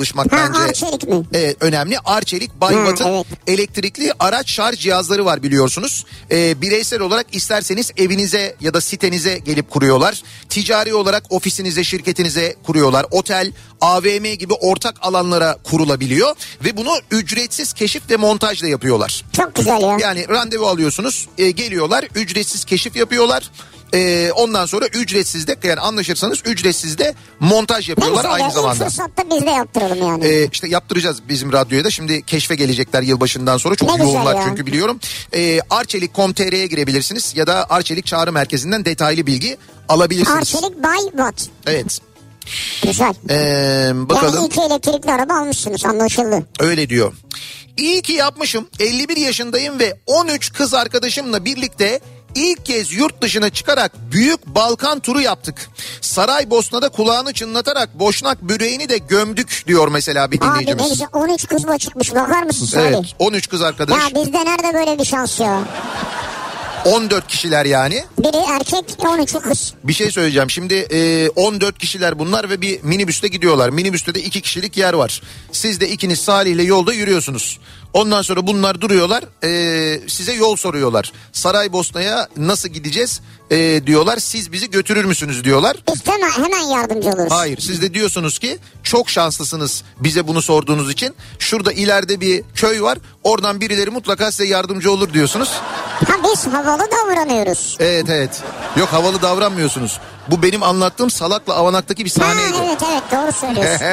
bence. Arçelik mi? Evet, önemli. Arçelik, Bayvat'ın evet. elektrikli araç şarj cihazları var biliyorsunuz. Bireysel olarak isterseniz evinize ya da sitenize gelip kuruyorlar. Ticari olarak ofisinize, şirketinize kuruyorlar. Otel, AVM gibi ortak alanlara kurulabiliyor ve bunu ücretsiz keşif ve montajla yapıyorlar. Çok güzel ya. Yani randevu alıyorsunuz, geliyorlar, ücretsiz keşif yapıyorlar. Ondan sonra ücretsiz de, yani anlaşırsanız ücretsiz de montaj yapıyorlar aynı zamanda. İlk fırsatta biz de yaptıralım yani. İşte yaptıracağız bizim radyoya da. Şimdi keşfe gelecekler yılbaşından sonra. Çok yoğunlar çünkü biliyorum. Arçelik.com.tr'ye girebilirsiniz ya da Arçelik Çağrı Merkezi'nden detaylı bilgi alabilirsiniz. Arçelik by Watt. Evet. Güzel. Bakalım. Yani 2 elektrikli araba almışsınız, anlaşıldı. Öyle diyor. İyi ki yapmışım. 51 yaşındayım ve 13 kız arkadaşımla birlikte İlk kez yurt dışına çıkarak büyük Balkan turu yaptık. Saraybosna'da kulağını çınlatarak Boşnak böreğini de gömdük diyor mesela bir dinleyicimiz. Abi ne güzel, 13 kızla çıkmış, bakar mısın Salih? Evet, 13 kız arkadaş. Ya bizde nerede böyle bir şans ya? 14 kişiler yani. Biri erkek, 13'ü kız. Bir şey söyleyeceğim. Şimdi 14 kişiler bunlar ve bir minibüste gidiyorlar. Minibüste de 2 kişilik yer var. Siz de ikiniz Salih ile yolda yürüyorsunuz. Ondan sonra bunlar duruyorlar, size yol soruyorlar. Saraybosna'ya nasıl gideceğiz diyorlar. Siz bizi götürür müsünüz diyorlar. İşte hemen yardımcı oluruz. Hayır, siz de diyorsunuz ki çok şanslısınız bize bunu sorduğunuz için. Şurada ileride bir köy var, oradan birileri mutlaka size yardımcı olur diyorsunuz. Ha, biz havalı davranıyoruz. Evet. Yok, havalı davranmıyorsunuz. Bu benim anlattığım Salak'la Avanak'taki bir sahneydi. Evet doğru söylüyorsun.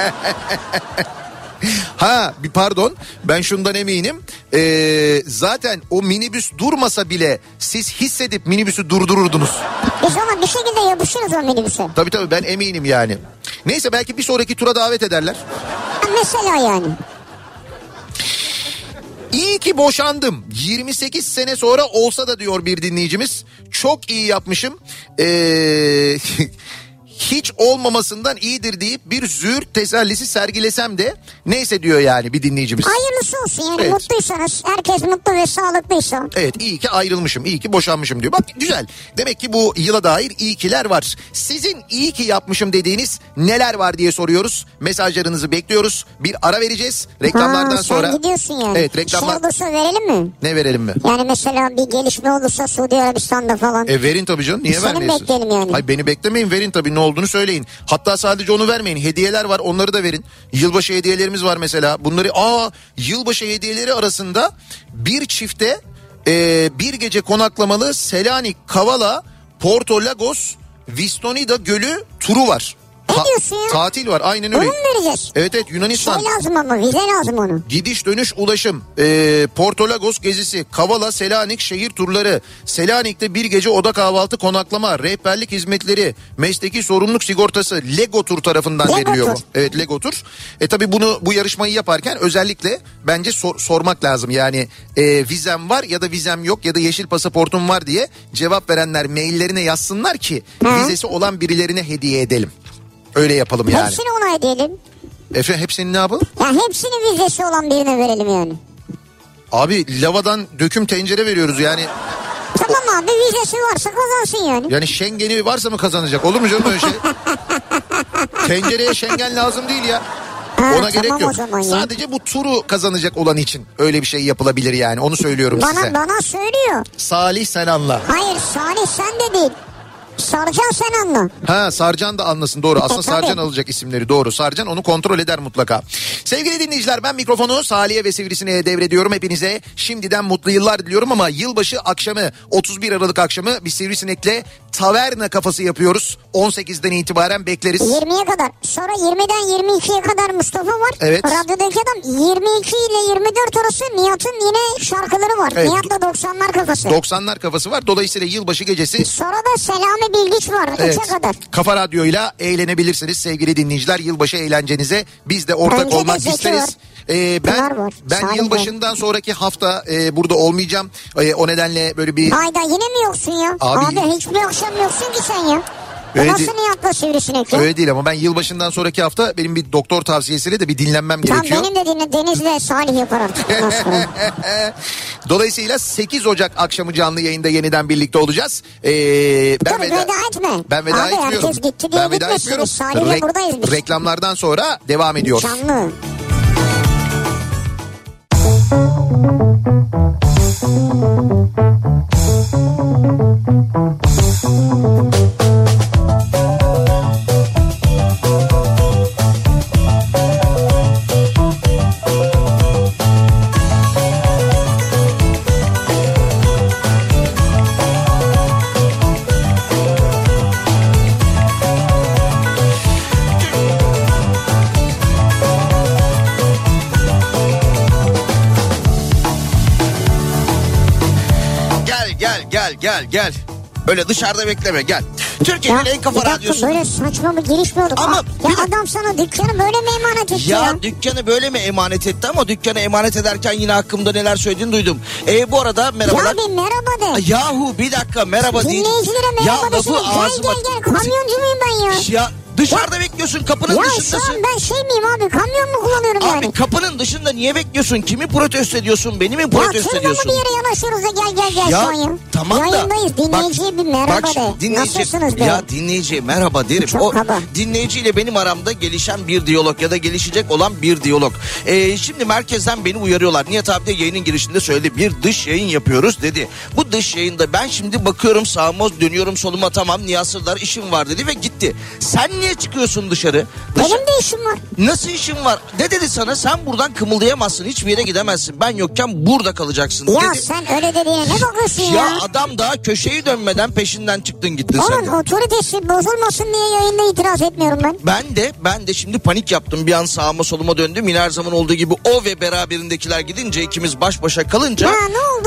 Bir pardon, ben şundan eminim, zaten o minibüs durmasa bile siz hissedip minibüsü durdururdunuz. Biz ona bir şekilde yapışırız o minibüse. Tabii ben eminim yani. Neyse, belki bir sonraki tura davet ederler. Mesela yani. İyi ki boşandım. 28 sene sonra olsa da diyor bir dinleyicimiz. Çok iyi yapmışım. Hiç olmamasından iyidir deyip bir züğürt tesellisi sergilesem de neyse diyor yani bir dinleyicimiz. Hayırlısı olsun yani, evet. Mutluysanız, herkes mutlu ve sağlıklıysa. Evet, iyi ki ayrılmışım, iyi ki boşanmışım diyor. Bak güzel, demek ki bu yıla dair iyi kiler var. Sizin iyi ki yapmışım dediğiniz neler var diye soruyoruz. Mesajlarınızı bekliyoruz. Bir ara vereceğiz reklamlardan sonra. Sen gidiyorsun yani. Evet, reklamlar. Şey olursa verelim mi? Ne verelim mi? Yani mesela bir gelişme olursa Suudi Arabistan'da falan. Verin tabii canım, niye vermiyorsunuz? Seni bekleyelim yani. Hayır, beni beklemeyin, verin tabii, ne olduğunu söyleyin. Hatta sadece onu vermeyin, hediyeler var, onları da verin. Yılbaşı hediyelerimiz var mesela. Bunları yılbaşı hediyeleri arasında bir çifte bir gece konaklamalı Selanik, Kavala, Porto Lagos, Vistonida Gölü turu var. Ne diyorsun ya? Tatil var, aynen öyle. Bunu mu vereceğiz? Evet Yunanistan. Şey lazım ama, vize lazım onun. Gidiş dönüş ulaşım, Porto Lagos gezisi, Kavala Selanik şehir turları, Selanik'te bir gece oda kahvaltı konaklama, rehberlik hizmetleri, mesleki sorumluluk sigortası Lego Tur tarafından veriliyor bu. Evet, Lego Tur. Tabii bu yarışmayı yaparken özellikle bence sormak lazım. Yani vizem var ya da vizem yok ya da yeşil pasaportum var diye cevap verenler maillerine yazsınlar ki vizesi olan birilerine hediye edelim. Öyle yapalım yani. Hepsini ona edelim. Hepsini ne yapalım? Ya hepsini vizesi olan birine verelim yani. Abi lavadan döküm tencere veriyoruz yani. Tamam abi, vizesi varsa kazansın yani. Yani Schengen'i varsa mı kazanacak? Olur mu canım öyle şey? Tencereye Schengen lazım değil ya. Ona gerek yok. Sadece bu turu kazanacak olan için öyle bir şey yapılabilir yani. Onu söylüyorum size. Bana söylüyor. Salih sen anla. Hayır, Salih sen de değil. Sarcan sen anla. Sarcan da anlasın, doğru. Aslında Sarcan alacak isimleri, doğru. Sarcan onu kontrol eder mutlaka. Sevgili dinleyiciler, ben mikrofonu Salih'e ve Sivrisine'ye devrediyorum. Hepinize şimdiden mutlu yıllar diliyorum ama yılbaşı akşamı, 31 Aralık akşamı bir Sivrisinek'le taverna kafası yapıyoruz. 18'den itibaren bekleriz. 20'ye kadar. Sonra 20'den 22'ye kadar Mustafa var. Evet. Radyodaki adam 22 ile 24 arası Nihat'ın yine şarkıları var. Evet. Nihat'la 90'lar kafası. 90'lar kafası var. Dolayısıyla yılbaşı gecesi. Sonra da Selami Bilgiç var. Evet. 3'e kadar. Kafa Radyo'yla eğlenebilirsiniz sevgili dinleyiciler. Yılbaşı eğlencenize biz de ortak olmak isteriz. Ben yılbaşından sonraki hafta burada olmayacağım. O nedenle böyle bir... Hayda, yine mi yoksun ya? Abi hiçbir akşam yoksun ki sen ya. Nasıl Nihat'la Sivrisinek ya? Öyle değil ama ben yılbaşından sonraki hafta benim bir doktor tavsiyesiyle de bir dinlenmem gerekiyor. Tamam, benim de Deniz'le Salih yaparım. Dolayısıyla 8 Ocak akşamı canlı yayında yeniden birlikte olacağız. Dur veda etme. Ben veda abi, etmiyorum. Herkes gitti diye Ben veda etmiyorum. Salih'le buradayız biz. Reklamlardan sonra devam ediyor. Canlı. Gel. Öyle dışarıda bekleme, gel. Türkiye'nin en kafa radyosu. Böyle saçma bir giriş mi oldu? Ama ya adam sana dükkanı böyle mi emanet etti ya? Ya dükkanı böyle mi emanet etti, ama dükkanı emanet ederken yine hakkımda neler söylediğini duydum. Bu arada merhabalar. Ya bir merhaba de. Yahu bir dakika, merhaba değil. Dinleyicilere merhaba desene. Gel kamyoncu muyum ben ya? Ya dışarıda bekliyorsun, kapının dışındasın. Ya şu an ben şey miyim abi, kamyon mu kullanıyorum abi, yani? Abi kapının dışında niye bekliyorsun? Kimi protesto ediyorsun? Beni mi protesto ediyorsun? Ya bir yere yanaşıyoruz da gel şu an ya. Tamam da. Yayındayız, dinleyiciye bir merhaba de. Nasılsınız de? Ya dinleyiciye merhaba derim. Çok kaba. Dinleyiciyle benim aramda gelişen bir diyalog ya da gelişecek olan bir diyalog. Şimdi merkezden beni uyarıyorlar. Nihat abi de yayının girişinde söyledi. Bir dış yayın yapıyoruz dedi. Bu dış yayında ben şimdi bakıyorum sağıma, dönüyorum soluma, tamam Nihat Sırdar işim var dedi ve gitti. Sen niye çıkıyorsun dışarı? Benim de işim var. Nasıl işin var? Ne dedi sana? Sen buradan kımıldayamazsın. Hiçbir yere gidemezsin. Ben yokken burada kalacaksın ya dedi. sen öyle dediğine ne bakıyorsun ya? Ya adam daha köşeyi dönmeden peşinden çıktın gittin sen. Onun otoritesi bozulmasın diye yayında itiraz etmiyorum ben. Ben de şimdi panik yaptım. Bir an sağıma soluma döndüm. Yine her zaman olduğu gibi o ve beraberindekiler gidince, ikimiz baş başa kalınca. Ha ne oldu?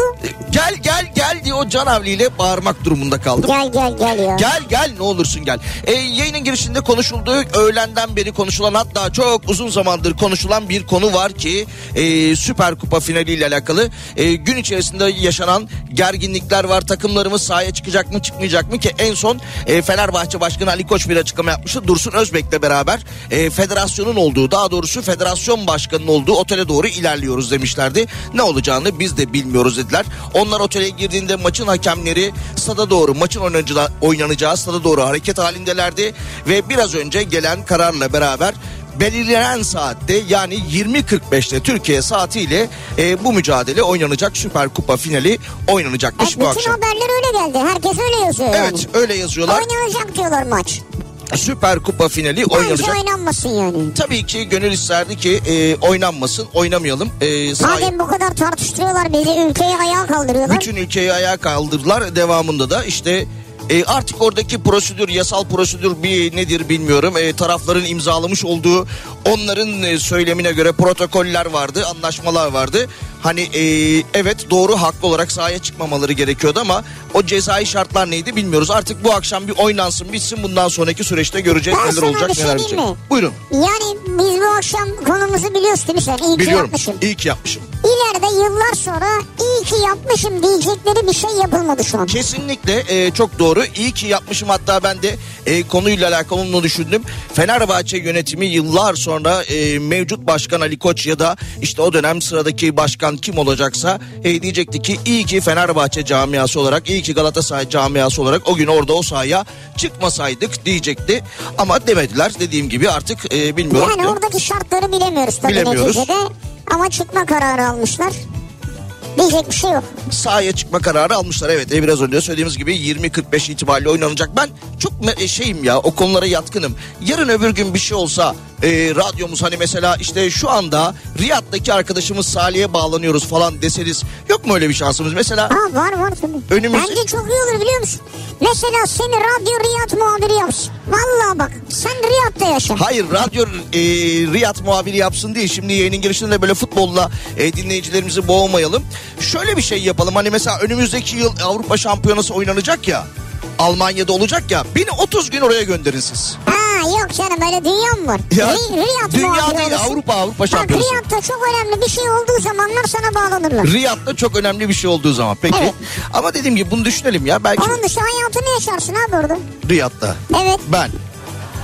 Gel diye o canavliyle bağırmak durumunda kaldım. Gel ya. Gel ne olursun gel. Yayının girişinde konuşulduğu, öğlenden beri konuşulan, hatta çok uzun zamandır konuşulan bir konu var ki Süper Kupa finaliyle alakalı gün içerisinde yaşanan gerginlikler var. Takımlarımız sahaya çıkacak mı çıkmayacak mı ki en son Fenerbahçe Başkanı Ali Koç bir açıklama yapmıştı. Dursun Özbek'le beraber federasyonun olduğu, daha doğrusu federasyon başkanının olduğu otele doğru ilerliyoruz demişlerdi. Ne olacağını biz de bilmiyoruz dediler. Onlar otele girdiğinde maçın hakemleri stada doğru, maçın oynanacağı stada doğru hareket halindelerdi ve biraz önce gelen kararla beraber belirlenen saatte, yani 20.45'te Türkiye saatiyle bu mücadele oynanacak. Süper Kupa finali oynanacakmış bu akşam. Bütün haberler öyle geldi. Herkes öyle yazıyor. Evet yani. Öyle yazıyorlar. Oynanacak diyorlar maç. Süper Kupa finali oynanacak. Bence oynanmasın yani. Tabii ki gönül isterdi ki oynanmasın, oynamayalım. Madem bu kadar tartıştırıyorlar bizi, ülkeyi ayağa kaldırıyorlar. Bütün ülkeyi ayağa kaldırdılar. Devamında da işte artık oradaki prosedür, yasal prosedür bir nedir bilmiyorum. Tarafların imzalamış olduğu, onların söylemine göre protokoller vardı, anlaşmalar vardı. Hani evet, doğru, haklı olarak sahaya çıkmamaları gerekiyordu ama o cezai şartlar neydi bilmiyoruz. Artık bu akşam bir oynansın, bitsin, bundan sonraki süreçte göreceğiz neler olacak, neler bitecek. Buyurun. Yani biz bu akşam konumuzu biliyorsun değil mi sen? İyi ki yapmışım. İyi ki yapmışım. İleride yıllar sonra iyi ki yapmışım diyecekleri bir şey yapılmadı şu an. Kesinlikle çok doğru. İyi ki yapmışım, hatta ben de konuyla alakalı onu düşündüm. Fenerbahçe yönetimi yıllar sonra mevcut başkan Ali Koç ya da işte o dönem sıradaki başkan kim olacaksa diyecekti ki iyi ki Fenerbahçe camiası olarak, iyi ki Galatasaray camiası olarak o gün orada o sahaya çıkmasaydık diyecekti. Ama demediler, dediğim gibi artık bilmiyorum. Yani oradaki şartları bilemiyoruz tabii neticede. Ama çıkma kararı almışlar. Diyecek bir şey yok. Sahaya çıkma kararı almışlar, evet. Biraz önce söylediğimiz gibi 20.45 itibariyle oynanacak. Ben çok şeyim ya, o konulara yatkınım. Yarın öbür gün bir şey olsa radyomuz, hani mesela işte şu anda Riyad'daki arkadaşımız Salih'e bağlanıyoruz falan deseniz, yok mu öyle bir şansımız mesela? Var tabii. Bence çok iyi olur biliyor musun? Mesela seni radyo Riyad muhabiri yapsın. Vallahi bak, sen Riyad'da yaşa. Hayır, radyo Riyad muhabiri yapsın değil. Şimdi yayının girişinde böyle futbolla dinleyicilerimizi boğmayalım. Şöyle bir şey yapalım, hani mesela önümüzdeki yıl Avrupa Şampiyonası oynanacak ya, Almanya'da olacak ya, beni 30 gün oraya gönderin siz. Yok canım, öyle dünya mı var? Ya, Riyad dünya değil, Avrupa Şampiyonası. Bak, Riyad'da çok önemli bir şey olduğu zamanlar sana bağlanırlar. Riyad'da çok önemli bir şey olduğu zaman peki. Evet. Ama dediğim gibi bunu düşünelim ya. Belki... Onun dışında hayatını yaşarsın abi orada. Riyad'da. Evet. Ben.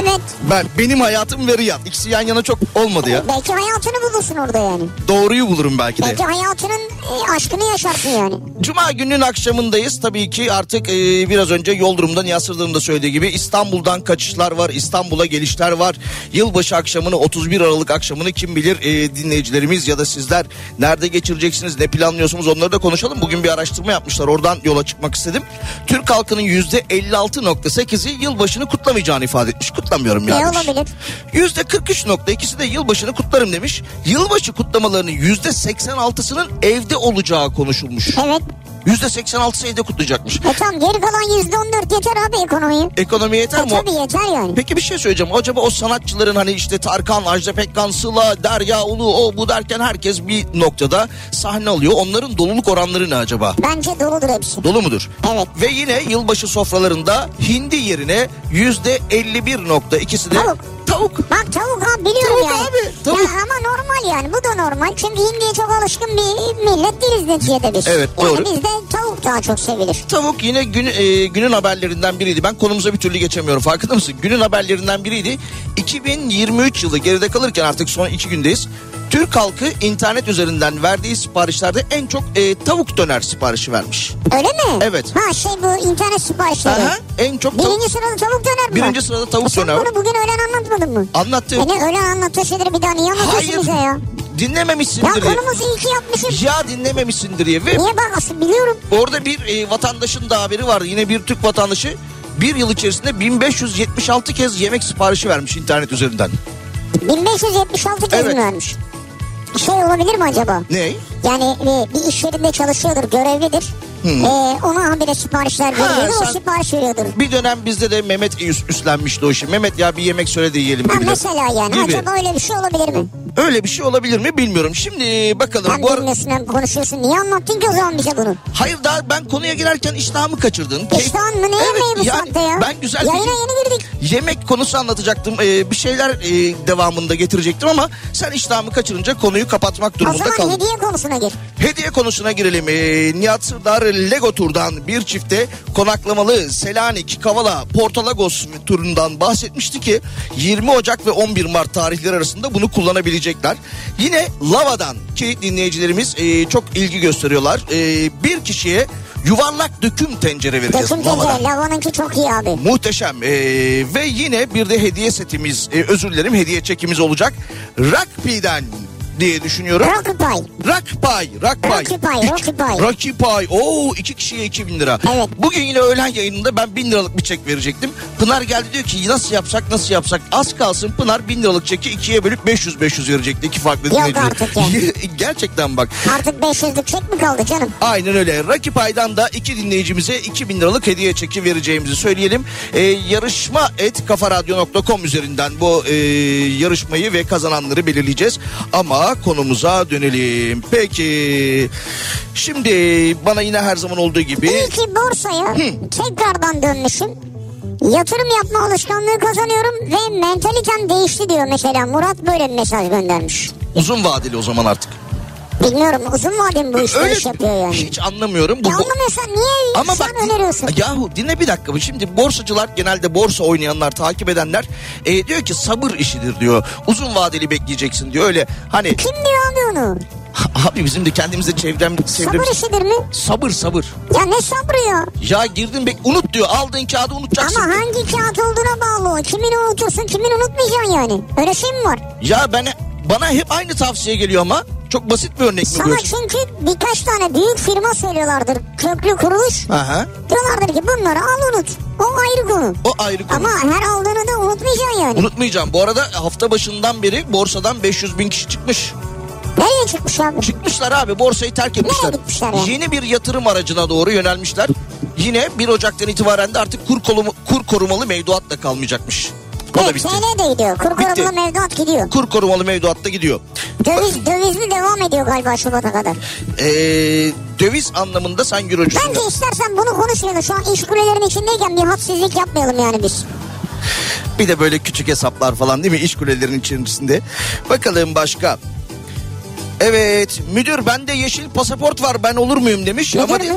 Evet. Benim hayatım ve Riyad. İkisi yan yana çok olmadı ya. Belki hayatını bulursun orada yani. Doğruyu bulurum belki de. Belki hayatının aşkını yaşarsın yani. Cuma gününün akşamındayız. Tabii ki artık biraz önce yol durumunda Nihat Sırdar'ın da söylediği gibi İstanbul'dan kaçışlar var. İstanbul'a gelişler var. Yılbaşı akşamını, 31 Aralık akşamını kim bilir dinleyicilerimiz ya da sizler nerede geçireceksiniz, ne planlıyorsunuz, onları da konuşalım. Bugün bir araştırma yapmışlar. Oradan yola çıkmak istedim. Türk halkının %56.8'i yılbaşını kutlamayacağını ifade etmiş. Kutlamıyorum yani. Ne olabilir? %43.2'si de yılbaşını kutlarım demiş. Yılbaşı kutlamalarının %86'sının evde olacağı konuşulmuş. Evet. %86'sı evde kutlayacakmış. Tamam, geri kalan %14 yeter abi ekonomiye. Ekonomi yeter mi? Tabii yeter yani. Peki bir şey söyleyeceğim. Acaba o sanatçıların hani işte Tarkan, Ajda Pekkan, Sıla, Derya Ulu, o bu derken herkes bir noktada sahne alıyor. Onların doluluk oranları ne acaba? Bence doludur hepsi. Dolu mudur? Evet. Ve yine yılbaşı sofralarında hindi yerine %51.2'si de tavuk. Bak tavuk abi, biliyorum tavuk yani. Abi, tavuk. Ya ama normal yani, bu da normal. Çünkü hindiye çok alışkın bir millet değiliz neticede biz. Evet, yani doğru. Bizde tavuk daha çok sevilir. Tavuk yine günün haberlerinden biriydi. Ben konumuza bir türlü geçemiyorum, farkında mısın? Günün haberlerinden biriydi. 2023 yılı geride kalırken artık son 2 gündeyiz. Türk halkı internet üzerinden verdiği siparişlerde en çok tavuk döner siparişi vermiş. Öyle mi? Evet. Ha bu internet siparişleri. Aha, en çok Birinci sırada tavuk döner mi? Birinci sırada tavuk döner. Sen bunu bugün öğlen anlatmadın mı? Anlattım. Öğlen anlattığı şeyleri bir daha niye anlatıyorsun bize ya? Dinlememişsindir Ya diye. konumuzu iyi ki yapmışız. Ya dinlememişsindir diye. Ve niye bak, asıl biliyorum. orada bir vatandaşın da haberi vardı. Yine bir Türk vatandaşı bir yıl içerisinde 1576 kez yemek siparişi vermiş internet üzerinden. 1576 kez mi vermiş? Şey olabilir mi acaba? Ne? Yani bir iş yerinde çalışıyordur, görevlidir. Ona habire siparişler veriyordur, o sipariş veriyordur. Bir dönem bizde de Mehmet üstlenmişti o işi. Mehmet ya bir yemek söyle de yiyelim. Mesela yani gibi. Acaba öyle bir şey olabilir mi? Öyle bir şey olabilir mi bilmiyorum. Şimdi bakalım. Hem bilmiyorsun hem konuşuyorsun. Niye anlattın ki o zaman bize bunu? Hayır, daha ben konuya girerken iştahımı kaçırdın. İştahın mı? Ne yemeği bu saatte ya? Ben güzel yayına yeni girdik. Yemek konusu anlatacaktım. Bir şeyler devamında getirecektim ama sen iştahımı kaçırınca konuyu kapatmak durumunda kaldım. O zaman hediye konusuna gir. Hediye konusuna girelim. Nihat Sırdar Lego Tur'dan bir çifte konaklamalı Selanik, Kavala, Portolagos turundan bahsetmişti ki 20 Ocak ve 11 Mart tarihleri arasında bunu kullanabilecekler. Yine Lava'dan ki dinleyicilerimiz çok ilgi gösteriyorlar. Bir kişiye yuvarlak döküm tencere vereceğiz. Döküm tencere, Lava'nınki çok iyi abi. Muhteşem. Ve yine bir de hediye setimiz, hediye çekimiz olacak. Rakpi'den diye düşünüyorum. Rocky Pie. Oo, 2 kişiye 2000 lira. Evet. Bugün yine öğlen yayınında ben 1000 liralık bir çek verecektim. Pınar geldi, diyor ki nasıl yapsak. Az kalsın Pınar 1000 liralık çeki 2'ye bölüp 500 verecekti. 2 farklı dinleyiciler. Yok artık ya. Gerçekten bak. Artık 500'lük çek mi kaldı canım? Aynen öyle. Rocky Pie'dan da 2 dinleyicimize 2000 liralık hediye çeki vereceğimizi söyleyelim. Yarışma@kafaradyo.com üzerinden bu yarışmayı ve kazananları belirleyeceğiz. Ama konumuza dönelim. Peki. Şimdi bana yine her zaman olduğu gibi. İyi ki borsaya tekrardan dönmüşüm. Yatırım yapma alışkanlığı kazanıyorum ve mentalitem değişti diyor mesela. Murat böyle bir mesaj göndermiş. Uzun vadeli o zaman artık. Bilmiyorum, uzun vadeli bu işte iş yapıyor yani. Hiç anlamıyorum. Anlamıyorsan niye şu an öneriyorsun? Yahu dinle bir dakika. Şimdi borsacılar, genelde borsa oynayanlar, takip edenler diyor ki sabır işidir diyor. Uzun vadeli bekleyeceksin diyor. Öyle hani. Kim diyor abi onu? Abi bizim de kendimizde çevremiz. Sabır işidir mi? Sabır. Ya ne sabrı ya? Ya girdin unut diyor. Aldığın kağıdı unutacaksın. Ama hangi kağıt olduğuna bağlı o. Kimini unutursun, kimini unutmayacaksın yani. Öyle şey mi var? Ya bana hep aynı tavsiye geliyor ama. Çok basit bir örnek sana biliyorsun. Çünkü birkaç tane büyük firma söylüyorlardır. Köklü kuruluş. Aha. Diyorlardır ki bunları al unut. O ayrı konu. Ama her aldığını da unutmayacaksın yani. Unutmayacağım. Bu arada hafta başından beri borsadan 500 bin kişi çıkmış. Nereye çıkmış abi? Çıkmışlar abi, borsayı terk etmişler. Nereye gitmişler ya? Yeni bir yatırım aracına doğru yönelmişler. Yine 1 Ocak'tan itibaren de artık kur korumalı mevduat da kalmayacakmış. O da bitti. TL de gidiyor. Kur korumalı mevduat gidiyor. Kur korumalı mevduat da gidiyor. Dövizli devam ediyor galiba Şubat'a kadar. Döviz anlamında sen eurocusun. Bence istersen bunu konuşmayalım. Şu an iş kulelerin içindeyken bir hadsizlik yapmayalım yani biz. Bir de böyle küçük hesaplar falan değil mi iş kulelerin içerisinde. Bakalım başka. Evet, müdür bende yeşil pasaport var, ben olur muyum demiş. Müdür ama mü?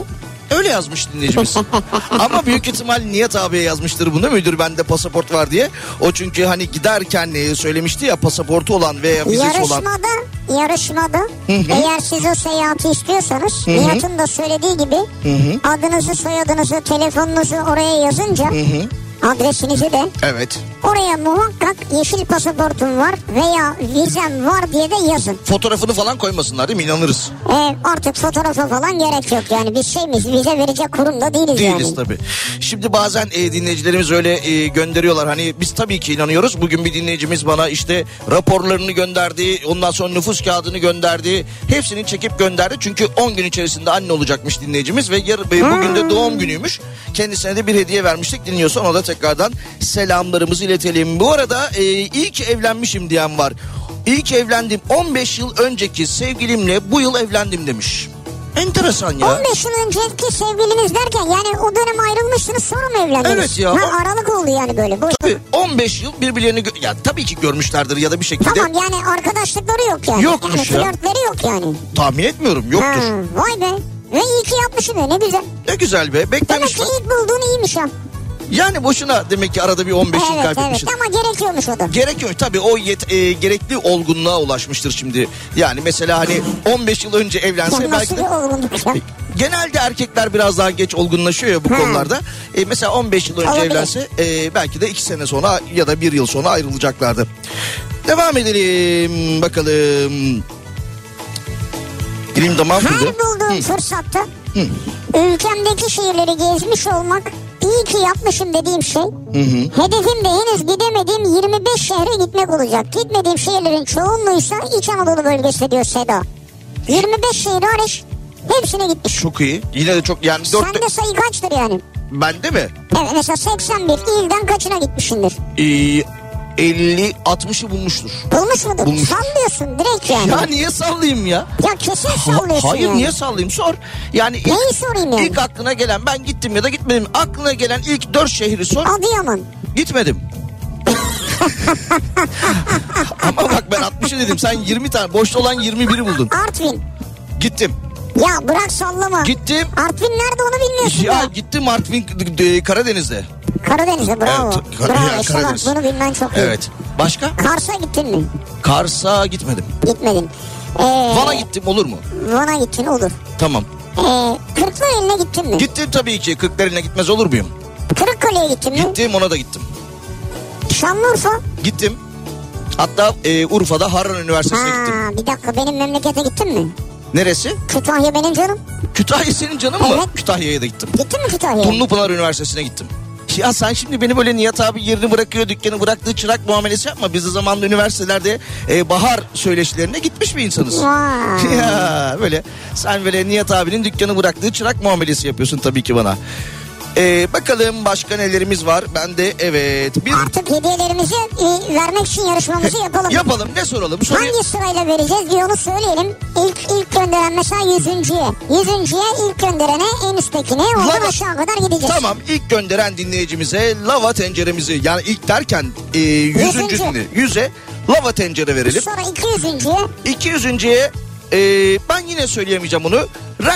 Öyle yazmış dinleyicimiz. Ama büyük ihtimal Nihat abiye yazmıştır bunu. Müdür bende pasaport var diye. O çünkü hani giderken söylemişti ya, pasaportu olan veya vizesi olan. Yarışmada eğer siz o seyahati istiyorsanız Nihat'ın da söylediği gibi adınızı, soyadınızı, telefonunuzu oraya yazınca adresinizi de evet, oraya muhakkak yeşil pasaportum var veya vizem var diye de yazın. Fotoğrafını falan koymasınlar değil mi? İnanırız. Artık fotoğrafa falan gerek yok yani. Biz vize verecek kurumda değiliz yani. Değiliz tabii. Şimdi bazen dinleyicilerimiz öyle gönderiyorlar. Hani biz tabii ki inanıyoruz. Bugün bir dinleyicimiz bana işte raporlarını gönderdi. Ondan sonra nüfus kağıdını gönderdi. Hepsini çekip gönderdi. Çünkü 10 gün içerisinde anne olacakmış dinleyicimiz ve bugün de doğum günüymüş. Kendisine de bir hediye vermiştik. Dinliyorsa ona da tekrardan selamlarımızı iletelim. Bu arada iyi ki evlenmişim diyen var. İyi ki evlendim. 15 yıl önceki sevgilimle bu yıl evlendim demiş. Enteresan ya. 15 yıl önceki sevgiliniz derken yani o dönem ayrılmışsınız sonra mı evlendiniz? Evet ya. Aralık oldu yani böyle. Tabii 15 yıl birbirlerini ya tabii ki görmüşlerdir ya da bir şekilde. Tamam yani arkadaşlıkları yok yani. Yokmuş yani ya. Flörtleri yok yani. Tahmin etmiyorum, yoktur. Vay be. Ve iyi ki yapmışsın ne güzel. Ne güzel be, Demek beklemiş ki bak. ilk bulduğun iyiymiş ha. Yani boşuna demek ki arada bir 15 yıl kaybetmişsin. Evet ama gerekiyormuş o da. Gerekiyor tabii, o gerekli olgunluğa ulaşmıştır şimdi. Yani mesela hani 15 yıl önce evlense belki de... Genelde erkekler biraz daha geç olgunlaşıyor ya bu konularda. Mesela 15 yıl önce olabilir. evlense belki de 2 sene sonra ya da 1 yıl sonra ayrılacaklardı. Devam edelim bakalım. Dilim damağım Her kurudu. bulduğum fırsatta ülkemdeki şehirleri gezmiş olmak, iyi ki yapmışım dediğim şey. Hedefim de henüz gidemediğim 25 şehre gitmek olacak. Gitmediğim şehirlerin çoğunluğuysa İç Anadolu bölgesi diyor Seda. 25 şehir hariç hepsine gitmiş. Çok iyi. Yine de çok yani 4... Sende sayı kaçtır yani? Bende mi? Evet mesela 81 ilden kaçına gitmişsindir? 50-60'ı bulmuştur. Bulmuş mudur? Bulmuş. Sallıyorsun direkt yani. Ya niye sallayayım ya? Ya kesin sallıyorsun Hayır yani. niye sallayayım? Sor. Yani Neyi sorayım yani? İlk aklına gelen, ben gittim ya da gitmedim. Aklına gelen ilk 4 şehri sor. Adıyaman. Gitmedim. Ama bak ben 60'ı dedim. Sen 20 tane. Boşta olan 21'i buldun. Artvin. Gittim. Ya bırak sallama. Gittim. Artvin nerede onu bilmiyorsun Ya ya. gittim Artvin Karadeniz'de. Karadeniz'e bravo. Evet, Bravo. İşte bak Karadeniz. bunu bilmen çok iyi. Evet. Başka? Kars'a gittin mi? Kars'a gitmedim. Gitmedin. Van'a gittim, olur mu? Van'a gittin olur. Tamam. Kırklareli'ne gittin mi? Gittim tabii ki. Kırklareli'ne gitmez olur muyum? Kırıkkale'ye gittin mi? Gittim, ona da gittim. Şanlıurfa? Gittim. Hatta Urfa'da Harran Üniversitesi'ne gittim. Bir dakika benim memlekete gittin mi? Neresi? Kütahya benim canım. Kütahya senin canın mı? Evet. Kütahya'ya da gittim. Gittin mi Kütahya'ya? Dumlupınar Üniversitesi'ne gittim. Ya sen şimdi beni böyle Nihat abi yerini bırakıyor, dükkanı bıraktığı çırak muamelesi yapma. Biz de zamanında üniversitelerde bahar söyleşilerine gitmiş bir insanız. Vay. Ya böyle sen böyle Nihat abinin dükkanı bıraktığı çırak muamelesi yapıyorsun tabii ki bana. Bakalım başka nelerimiz var. Ben de evet. Artık hediyelerimizi vermek için yarışmamızı yapalım. Yapalım, ne soralım? Hangi sırayla vereceğiz diye onu söyleyelim. İlk gönderen mesela 100.'ye. 100.'ye ilk gönderene en üsttekine oradan aşağı kadar gideceğiz. Tamam, ilk gönderen dinleyicimize lava tenceremizi, yani ilk derken 100. 100'e lava tencere verelim. Sonra 200.'ye. 200.'ye ben yine söyleyemeyeceğim onu.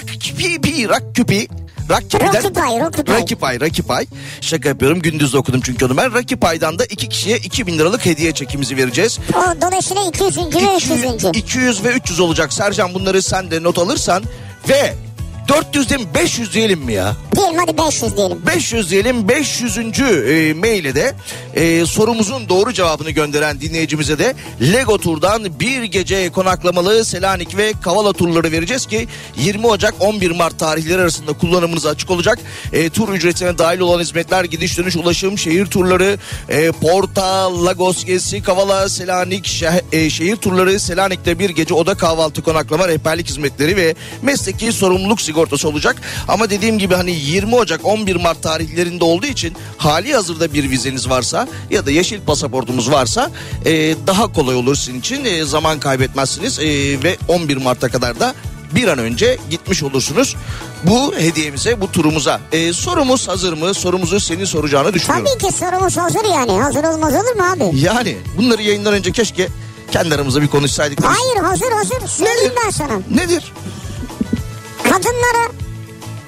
Rakipay. Şaka yapıyorum. Gündüz de okudum çünkü onu ben. Rakipay'dan da 2 kişiye 2.000 liralık hediye çekimizi vereceğiz. O dolayısıyla 200. ve 300. 200 ve 300 olacak. Sercan, bunları sen de not alırsan ve 400 değil mi? 500 diyelim mi ya? Diyelim, hadi 500 diyelim. 500 diyelim. 500. Mail'e de sorumuzun doğru cevabını gönderen dinleyicimize de Lego Tur'dan bir gece konaklamalı Selanik ve Kavala turları vereceğiz ki 20 Ocak 11 Mart tarihleri arasında kullanımınıza açık olacak. Tur ücretine dahil olan hizmetler gidiş dönüş ulaşım, şehir turları, Porta, Lagos gezisi, Kavala, Selanik şehir turları, Selanik'te bir gece oda kahvaltı konaklama, rehberlik hizmetleri ve mesleki sorumluluk sigortası olacak. Ama dediğim gibi hani 20 Ocak 11 Mart tarihlerinde olduğu için hali hazırda bir vizeniz varsa ya da yeşil pasaportumuz varsa daha kolay olur sizin için. Zaman kaybetmezsiniz ve 11 Mart'a kadar da bir an önce gitmiş olursunuz bu hediyemize, bu turumuza. Sorumuz hazır mı? Sorumuzu senin soracağını düşünüyorum. Tabii ki sorumuz hazır yani. Hazır olmaz olur mu abi? Yani bunları yayından önce keşke kendi aramızda bir konuşsaydık. Hayır, hazır. Söyleyeyim ben sana. Nedir? Kadınlara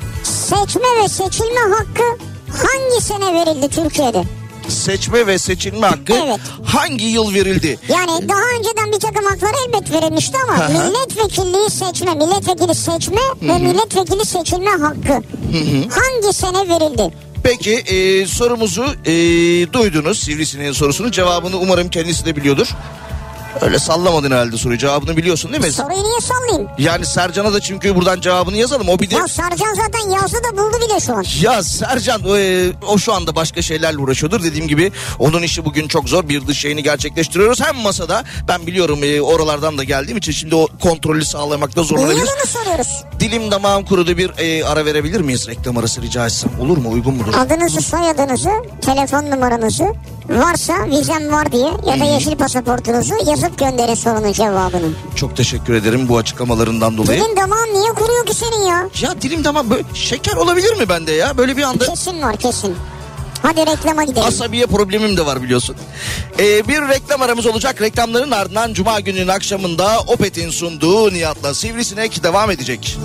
Seçme ve seçilme hakkı hangi sene verildi Türkiye'de? Seçme ve seçilme hakkı Evet. hangi yıl verildi? Yani daha önceden bir takım haklar elbet verilmişti ama milletvekilliği seçme, milletvekili seçme ve milletvekili seçilme hakkı hangi sene verildi? Peki sorumuzu duydunuz. Sivrisinek'in sorusunu, cevabını umarım kendisi de biliyordur. Öyle sallamadın herhalde soruyu, cevabını biliyorsun değil mi? Soruyu niye sallayayım? Yani Sercan'a da çünkü buradan cevabını yazalım. O bir de... Ya Sercan zaten yazdı da buldu bile şu an. Ya Sercan o şu anda başka şeylerle uğraşıyordur. Dediğim gibi onun işi bugün çok zor. Bir dış yayını gerçekleştiriyoruz. Hem masada, ben biliyorum oralardan da geldiğim için şimdi o kontrolü sağlamakta zorlanabiliriz. Yılını soruyoruz. Dilim damağım kurudu, bir ara verebilir miyiz? Reklam arası rica etsem. Olur mu? Uygun mudur? Adınızı, soyadınızı, telefon numaranızı, varsa vizem var diye ya da yeşil pasaportunuzu yazıp gönderin sorunun cevabını. Çok teşekkür ederim bu açıklamalarından dolayı. Dilin damağın niye kuruyor ki senin ya? Ya dilim damağım böyle şeker olabilir mi bende ya? Böyle bir anda... Kesin var, kesin. Hadi reklama gidelim. Asabiye problemim de var biliyorsun. Bir reklam aramız olacak. Reklamların ardından Cuma gününün akşamında Opet'in sunduğu Nihat'la Sivrisinek devam edecek.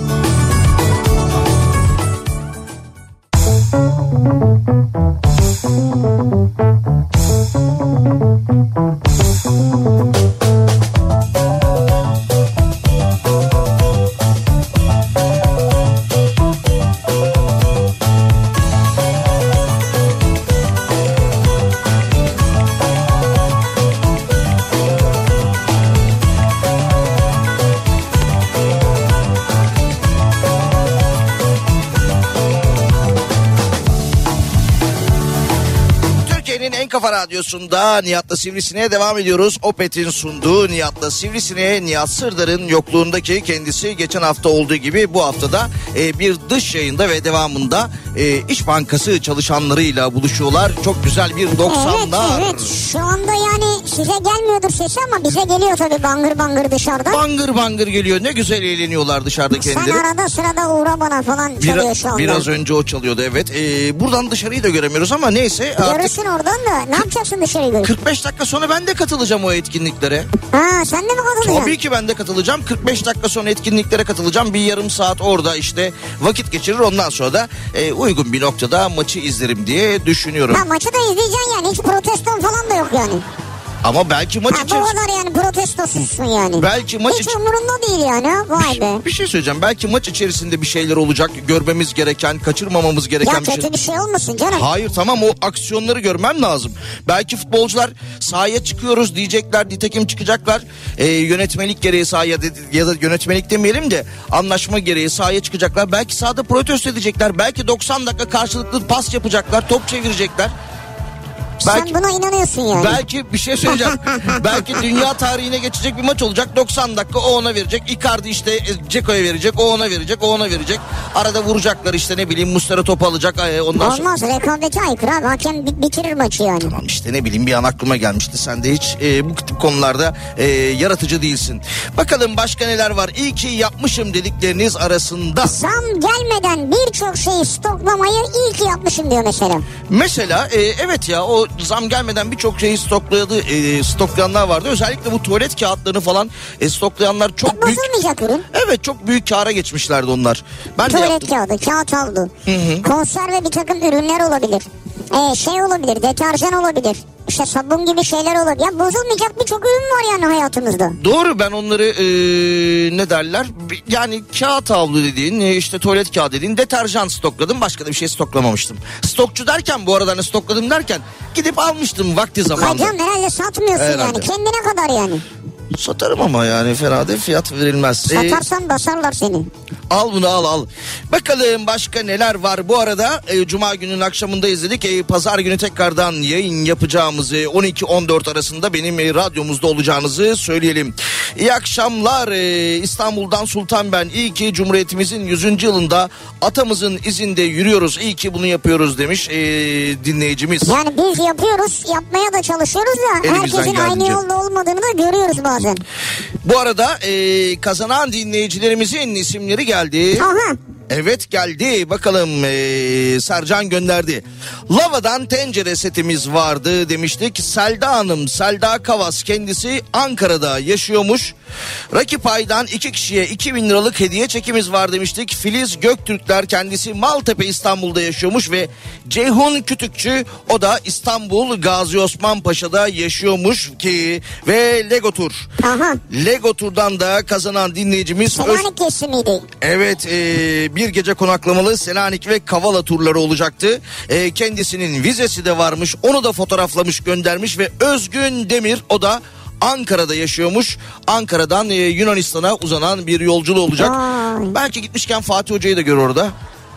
Kafa Radyosu'nda Nihat'la Sivrisine'ye devam ediyoruz. Opet'in sunduğu Nihat'la Sivrisine'ye, Nihat Sırdar'ın yokluğundaki kendisi geçen hafta olduğu gibi bu haftada bir dış yayında ve devamında İş Bankası çalışanlarıyla buluşuyorlar. Çok güzel bir 90'lar. Evet. Şu anda yani size gelmiyordur sesi ama bize geliyor tabii bangır bangır dışarıdan. Bangır bangır geliyor. Ne güzel eğleniyorlar dışarıda kendileri. Sen arada sırada uğra bana falan çalıyor şu anda. Biraz önce o çalıyordu evet. Buradan dışarıyı da göremiyoruz ama neyse. Görürsün oradan da. Ne yapacaksın dışarıyı görüp? 45 dakika sonra ben de katılacağım o etkinliklere. Ha, sen de mi katılacaksın? Tabii ki ben de katılacağım. 45 dakika sonra etkinliklere katılacağım. Bir yarım saat orada işte vakit geçirir. Ondan sonra da uygun bir noktada maçı izlerim diye düşünüyorum. Ha, maçı da izleyeceksin yani. Hiç proteston falan da yok yani. Ama belki maç için... Bu kadar yani protestosuzsun yani. Belki maç hiç umurunda değil yani. Vay be. Bir şey söyleyeceğim. Belki maç içerisinde bir şeyler olacak. Görmemiz gereken, kaçırmamamız gereken ya bir şey. Ya kötü bir şey olmasın canım. Hayır tamam, o aksiyonları görmem lazım. Belki futbolcular sahaya çıkıyoruz diyecekler. Nitekim çıkacaklar. Yönetmelik gereği sahaya ya da yönetmelik demeyelim de anlaşma gereği sahaya çıkacaklar. Belki sahada protesto edecekler. Belki 90 dakika karşılıklı pas yapacaklar. Top çevirecekler. Belki, sen buna inanıyorsun yani. Belki bir şey söyleyeceğim. Belki dünya tarihine geçecek bir maç olacak. 90 dakika o ona verecek. Icardi işte Ceko'ya verecek. O ona verecek. O ona verecek. Arada vuracaklar işte, ne bileyim, Muslera topu alacak. Ondan sonra... Olmaz, rekabete aykırı abi. Hakem bitirir maçı yani. Tamam işte, ne bileyim, bir an aklıma gelmişti. Sen de hiç bu tip konularda yaratıcı değilsin. Bakalım başka neler var. İyi ki yapmışım dedikleriniz arasında. Zam gelmeden birçok şeyi stoklamayı iyi ki yapmışım diyor mesela. Mesela evet ya, o zam gelmeden birçok şeyi stoklayanlar vardı. Özellikle bu tuvalet kağıtlarını falan stoklayanlar çok büyük. Bozulmayacak ürün. Evet, çok büyük kâra geçmişlerdi onlar. Ben tuvalet de kağıdı, kağıt havlu, konserve bir takım ürünler olabilir. Şey olabilir, deterjan olabilir. İşte sabun gibi şeyler olabilir. Ya bozulmayacak birçok ürün var yani hayatımızda. Doğru, ben onları ne derler? Yani kağıt havlu dediğin, işte tuvalet kağıdı dediğin, deterjan stokladım. Başka da bir şey stoklamamıştım. Stokçu derken, bu arada stokladım derken gidip almıştım vakti zamanında. Hocam herhalde satmıyorsun yani. Kendine kadar yani. Satarım ama yani fena değil, fiyat verilmez. Satarsan basarlar seni. Al bunu, al. Bakalım başka neler var. Bu arada Cuma gününün akşamında izledik. Pazar günü tekrardan yayın yapacağımızı, 12-14 arasında benim radyomuzda olacağınızı söyleyelim. İyi akşamlar. İstanbul'dan Sultan ben. İyi ki Cumhuriyetimizin 100. yılında atamızın izinde yürüyoruz. İyi ki bunu yapıyoruz demiş dinleyicimiz. Yani biz yapıyoruz, yapmaya da çalışıyoruz da herkesin aynı yolda olmadığını da görüyoruz bazen. Bu arada kazanan dinleyicilerimizin isimleri geldi. Aha. Evet, geldi. Bakalım Sercan gönderdi. Lavadan tencere setimiz vardı demiştik. Selda Hanım, Selda Kavas, kendisi Ankara'da yaşıyormuş. Rakip aydan 2 kişiye 2000 liralık hediye çekimiz var demiştik. Filiz Göktürkler, kendisi Maltepe İstanbul'da yaşıyormuş ve Ceyhun Kütükçü, o da İstanbul Gazi Osman Paşa'da yaşıyormuş ki ve Lego Tur. Aha. Lego Tur'dan da kazanan dinleyicimiz Selanik kesimiydi. Evet, bir gece konaklamalı Selanik ve Kavala turları olacaktı. Kendisinin vizesi de varmış, onu da fotoğraflamış göndermiş ve Özgün Demir, o da Ankara'da yaşıyormuş. Ankara'dan Yunanistan'a uzanan bir yolculuğu olacak. Vay. Belki gitmişken Fatih Hoca'yı da görür orada.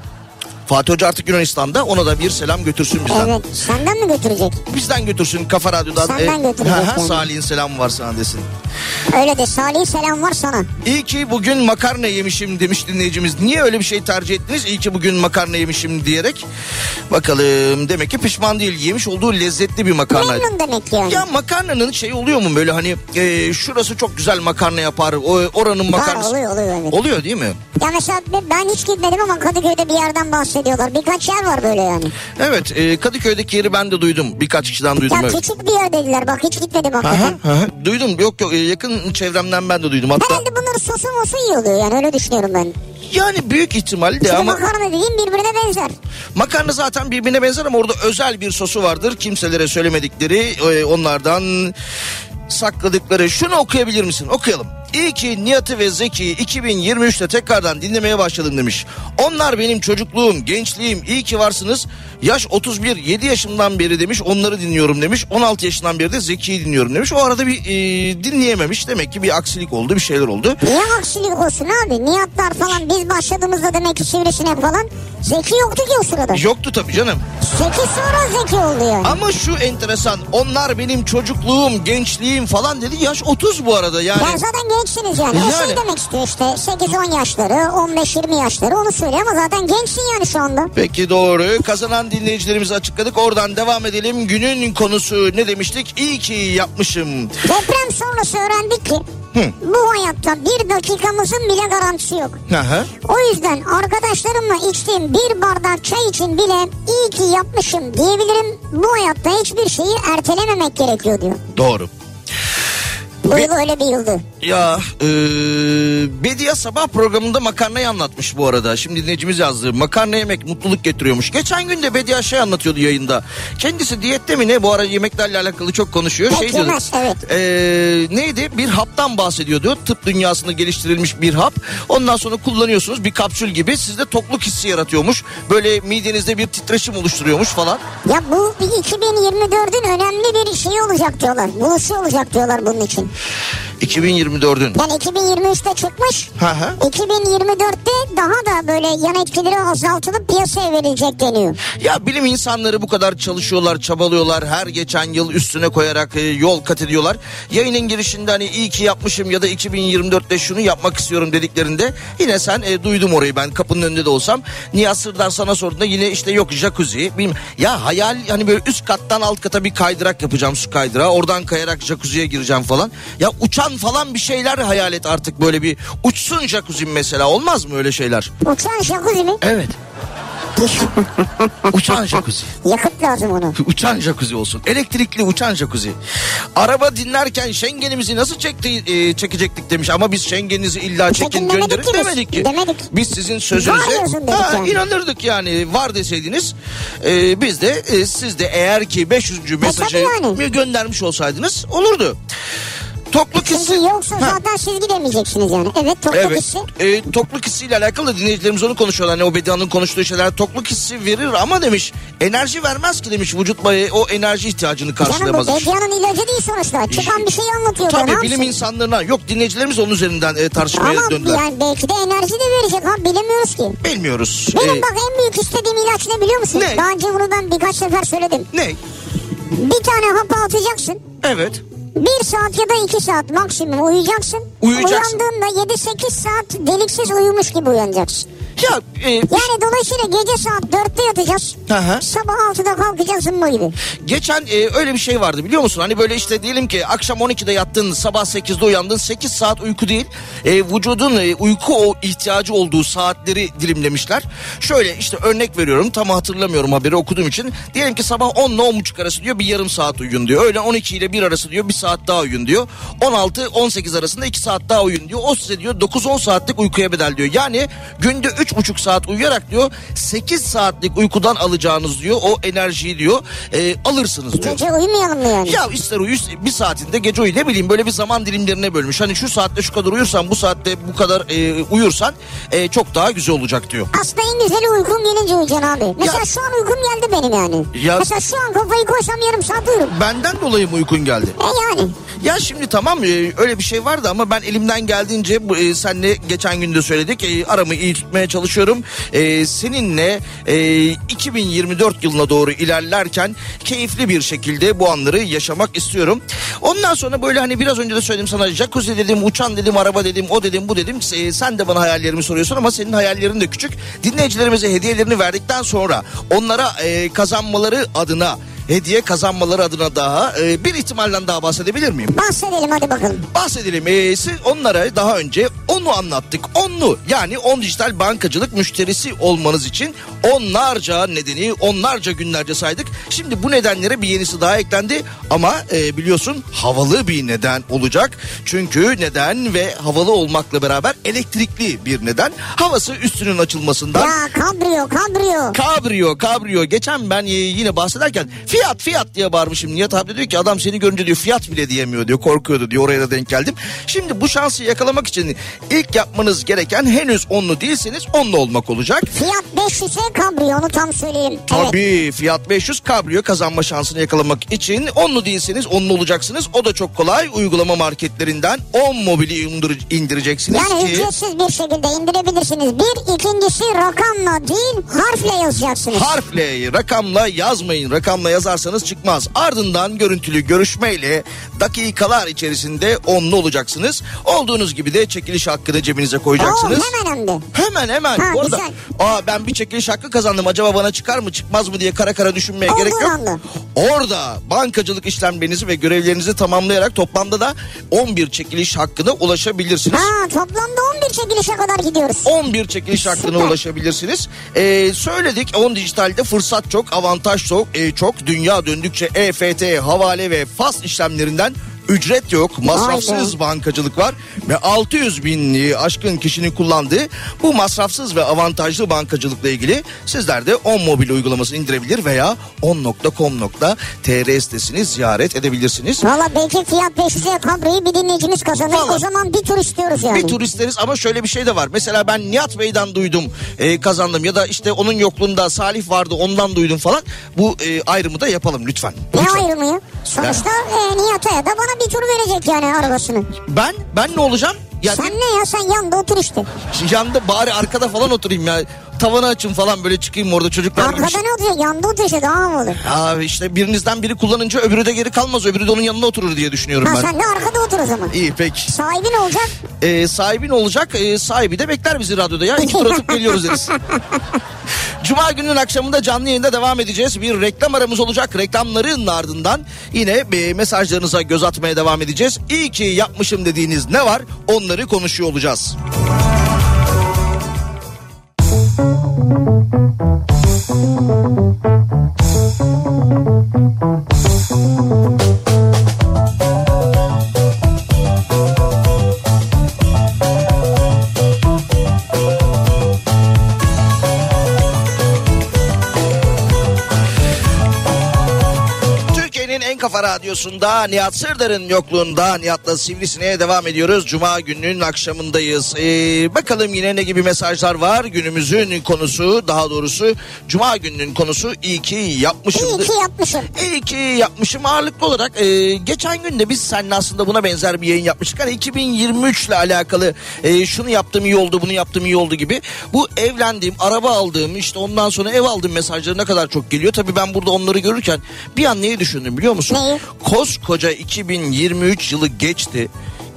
Fatih Hoca artık Yunanistan'da, ona da bir selam götürsün bizden. Evet, senden mi götürecek? Bizden götürsün, Kafa Radyo'dan. Senden götürecek yani. Salih'in selamı var sana desin. Öyle de Salih selam var sana. İyi ki bugün makarna yemişim demiş dinleyicimiz. Niye öyle bir şey tercih ettiniz? İyi ki bugün makarna yemişim diyerek. Bakalım, demek ki pişman değil. Yemiş olduğu lezzetli bir makarna. Memnun demek yani. Ya makarnanın şey oluyor mu böyle, hani şurası çok güzel makarna yapar. Oranın makarnası. Oluyor evet. Oluyor değil mi? Ya mesela ben hiç gitmedim ama Kadıköy'de bir yerden bahsediyorlar. Birkaç yer var böyle yani. Evet, Kadıköy'deki yeri ben de duydum. Birkaç kişiden duydum. Ya evet. küçük bir yer dediler, bak hiç gitmedim hakikaten. Duydum, yok yakın çevremden ben de duydum. Hatta Herhalde bunların sosu mosu iyi oluyor yani, öyle düşünüyorum ben. yani büyük ihtimalle Şimdi ama makarna dediğim birbirine benzer. makarna zaten birbirine benzer ama orada özel bir sosu vardır. Kimselere söylemedikleri, onlardan sakladıkları. Şunu okuyabilir misin? Okuyalım. İyi ki Nihat'ı ve Zeki'yi 2023'te tekrardan dinlemeye başladım demiş. Onlar benim çocukluğum, gençliğim, iyi ki varsınız. Yaş 31, 7 yaşımdan beri demiş onları dinliyorum demiş. 16 yaşından beri de Zeki'yi dinliyorum demiş. O arada bir dinleyememiş. Demek ki bir aksilik oldu, bir şeyler oldu. Niye aksilik olsun abi? Nihatlar falan biz başladığımızda demek ki Sivrisinek falan. Zeki yoktu ki o sırada. Yoktu tabii canım. Zeki sonra Zeki oldu yani. Ama şu enteresan, onlar benim çocukluğum, gençliğim falan dedi. Yaş 30 bu arada yani. Ya zaten gençsiniz yani. O şey demek istiyor işte 8-10 yaşları, 15-20 yaşları, onu söylüyor ama zaten gençsin yani şu anda. Peki, doğru. Kazanan dinleyicilerimizi açıkladık. Oradan devam edelim. Günün konusu ne demiştik? İyi ki yapmışım. Deprem sonrası öğrendik ki bu hayatta bir dakikamızın bile garantisi yok. Aha. O yüzden arkadaşlarımla içtiğim bir bardak çay için bile iyi ki yapmışım diyebilirim. Bu hayatta hiçbir şeyi ertelememek gerekiyor diyor. Doğru. Bu yıl öyle bir yıldı. Ya Bediye sabah programında makarnayı anlatmış bu arada. Şimdi dinleyicimiz yazdı. Makarna yemek mutluluk getiriyormuş. Geçen gün de Bediye şey anlatıyordu yayında. Kendisi diyette mi ne? Bu ara yemeklerle alakalı çok konuşuyor. Pek yemez, evet. Neydi? Bir haptan bahsediyordu. Tıp dünyasında geliştirilmiş bir hap. Ondan sonra kullanıyorsunuz, bir kapsül gibi. Sizde tokluk hissi yaratıyormuş. Böyle midenizde bir titreşim oluşturuyormuş falan. Ya bu 2024'ün önemli bir şey olacak diyorlar. Buluşu olacak diyorlar bunun için. 2024'ün. Yani 2023'te çıkmış. 2024'te daha da böyle yan etkileri azaltılıp piyasaya verilecek deniyor. Ya bilim insanları bu kadar çalışıyorlar, çabalıyorlar. Her geçen yıl üstüne koyarak yol kat ediyorlar. Yayının girişinde hani iyi ki yapmışım ya da 2024'te şunu yapmak istiyorum dediklerinde yine sen duydum orayı, ben kapının önünde de olsam. Nihat Sırdar sana sorduğunda yine işte yok jacuzzi. Ya hayal, hani böyle üst kattan alt kata bir kaydırak yapacağım, su kaydırağı. Oradan kayarak jacuzziye gireceğim falan. Ya uçan falan bir şeyler hayal et artık, böyle bir uçsun jacuzzi mesela, olmaz mı öyle şeyler? Uçan jacuzzi mi? Evet. Uçan jacuzzi. Yakıt lazım ona. Uçan jacuzzi olsun. Elektrikli uçan jacuzzi. Araba dinlerken Schengen'imizi nasıl çekecektik demiş. Ama biz Schengen'inizi illa çekin gönderin demedik ki. Biz sizin sözünüze yani. inanırdık yani. Var deseydiniz biz de siz de eğer ki 500. mesajı yani göndermiş olsaydınız olurdu. Tokluk hissi. Çünkü yoksa zaten siz gidemeyeceksiniz yani. Evet, tokluk hissi. Tokluk hissiyle alakalı dinleyicilerimiz onu konuşuyorlar. Hani o Bedia'nın konuştuğu şeyler, tokluk hissi verir ama demiş enerji vermez ki demiş, vücut o enerji ihtiyacını karşılamaz. Canım bu Bedia'nın ilacı değil sonuçta. Çıkan bir şey anlatıyor. Tabii bilim insanlarına yok, dinleyicilerimiz onun üzerinden tartışmaya döndüler. Ama yani belki de enerji de verecek ha, bilemiyoruz ki. Bilmiyoruz. Benim bak en büyük istediğim ilaç ne biliyor musun? Ne? Daha önce bunu ben birkaç sefer söyledim. Ne? Bir tane hap atacaksın. Evet. 1 saat ya da 2 saat maksimum uyuyacaksın. Uyandığında 7-8 saat deliksiz uyumuş gibi uyanacaksın. Ya yani dolayısıyla gece saat 4'te yatacağız. Sabah 6'da kalkacağız zımba gibi. Geçen öyle bir şey vardı biliyor musun? Hani böyle işte diyelim ki akşam 12'de yattın, sabah 8'de uyandın. 8 saat uyku değil. Vücudun uyku ihtiyacı olduğu saatleri dilimlemişler. Şöyle işte örnek veriyorum, tam hatırlamıyorum, haberi okuduğum için. Diyelim ki sabah 10 ile 10.30 arası diyor bir yarım saat uyuyun diyor. Öğlen 12 ile 1 arası diyor bir saat daha uyuyun diyor. 16-18 arasında 2 saat daha uyuyun diyor. O size diyor 9-10 saatlik uykuya bedel diyor. Yani günde 3,5 saat uyuyarak diyor 8 saatlik uykudan alacağınız diyor o enerjiyi diyor alırsınız diyor. Gece uyumayalım mı yani? Ya ister uyu bir saatinde gece uyu, ne bileyim böyle bir zaman dilimlerine bölmüş. Hani şu saatte şu kadar uyursan, bu saatte bu kadar uyursan çok daha güzel olacak diyor. Aslında en güzeli uykum gelince uyuyacaksın abi. Mesela ya, şu an uykum geldi benim yani. Ya, mesela şu an kafayı koysam yarım saat uyurum. Benden dolayı mı uykun geldi? Yani. Ya şimdi tamam öyle bir şey vardı ama ben elimden geldiğince seninle geçen gün de söyledik aramı iyi tutmaya çalışıyorum. Seninle 2024 yılına doğru ilerlerken keyifli bir şekilde bu anları yaşamak istiyorum. Ondan sonra böyle hani biraz önce de söyledim sana, jacuzzi dedim, uçan dedim, araba dedim, o dedim, bu dedim. Sen de bana hayallerimi soruyorsun ama senin hayallerin de küçük. Dinleyicilerimize hediyelerini verdikten sonra onlara kazanmaları adına, hediye kazanmaları adına daha bir ihtimalden daha bahsedebilir miyim? Bahsedelim hadi bakalım. Bahsedelim. Siz onlara daha önce onu anlattık. Onlu yani On Dijital Bankacılık müşterisi olmanız için onlarca nedeni, onlarca günlerce saydık. Şimdi bu nedenlere bir yenisi daha eklendi ama biliyorsun havalı bir neden olacak. Çünkü neden ve havalı olmakla beraber elektrikli bir neden. Havası üstünün açılmasından. Ya Kabrio. Geçen ben yine bahsederken fiyat diye bağırmışım. Nihat abi diyor ki adam seni görünce diyor fiyat bile diyemiyor diyor, korkuyordu diyor, oraya da denk geldim. Şimdi bu şansı yakalamak için ilk yapmanız gereken henüz onlu değilseniz onlu olmak olacak. Fiyat 500'e kabrio, onu tam söyleyeyim. Tabii evet. Fiyat 500 kabrio kazanma şansını yakalamak için onlu değilseniz onlu olacaksınız. O da çok kolay, uygulama marketlerinden 10 mobili indireceksiniz yani ki. ücretsiz bir şekilde indirebilirsiniz. İkincisi rakamla değil harfle yazacaksınız. Harfle, rakamla yazmayın. Rakamla yazarsanız çıkmaz. Ardından görüntülü görüşmeyle dakikalar içerisinde onlu olacaksınız. Olduğunuz gibi de çekiliş hakkını cebinize koyacaksınız. Hemen. Ha, orada ben bir çekiliş hakkı kazandım, acaba bana çıkar mı çıkmaz mı diye kara düşünmeye gerek yok. Orada bankacılık işlemlerinizi ve görevlerinizi tamamlayarak toplamda da 11 çekiliş hakkına ulaşabilirsiniz. Toplamda 11 çekilişe kadar gidiyoruz. 11 çekiliş hakkına ulaşabilirsiniz. Söyledik, On Dijital'de fırsat çok, avantaj çok. Dünya döndükçe EFT, havale ve fas işlemlerinden ücret yok, masrafsız bankacılık var ve 600 bin aşkın kişinin kullandığı bu masrafsız ve avantajlı bankacılıkla ilgili sizler de On Mobil uygulamasını indirebilir veya on.com.tr sitesini ziyaret edebilirsiniz. Valla belki fiyat 500'e kabriyi bir dinleyicimiz kazanır. O zaman bir tur istiyoruz yani. Bir tur isteriz ama şöyle bir şey de var. Mesela ben Nihat Bey'den duydum, kazandım ya da işte onun yokluğunda Salih vardı ondan duydum falan. Bu ayrımı da yapalım lütfen. Ne ayrımı ya? Sonuçta Nihat'a ya da bana bir tur verecek yani arabasını. Ben ne olacağım? Ya sen ne ya, sen yanında otur işte. Yanında bari arkada falan oturayım ya. Tavanı açın falan, böyle çıkayım orada çocuklar arkada gibi. Arkada ne oturuyor? Yanında otur işte, daha mı olur? Abi işte birinizden biri kullanınca öbürü de geri kalmaz. Öbürü de onun yanına oturur diye düşünüyorum ben. Sen de arkada otur o zaman. İyi peki. Sahibi ne olacak? Sahibi ne olacak? Sahibi de bekler bizi radyoda ya. 2 tur atıp geliyoruz deriz. Cuma gününün akşamında canlı yayında devam edeceğiz. Bir reklam aramız olacak. Reklamların ardından yine mesajlarınıza göz atmaya devam edeceğiz. İyi ki yapmışım dediğiniz ne var? Onları konuşuyor olacağız. Kafa Radyosu'nda Nihat Sırdar'ın yokluğunda Nihat'la Sivrisine'ye devam ediyoruz. Cuma gününün akşamındayız. Bakalım yine ne gibi mesajlar var. Günümüzün konusu, daha doğrusu Cuma gününün konusu iyi ki yapmışım. İyi ki yapmışım ağırlıklı olarak. Geçen gün de biz seninle aslında buna benzer bir yayın yapmıştık. Hani 2023 ile alakalı şunu yaptım iyi oldu, bunu yaptım iyi oldu gibi. Bu evlendiğim, araba aldığım, işte ondan sonra ev aldığım mesajları ne kadar çok geliyor. Tabii ben burada onları görürken bir an neyi düşündüm biliyor musun? Neyi? Koskoca 2023 yılı geçti.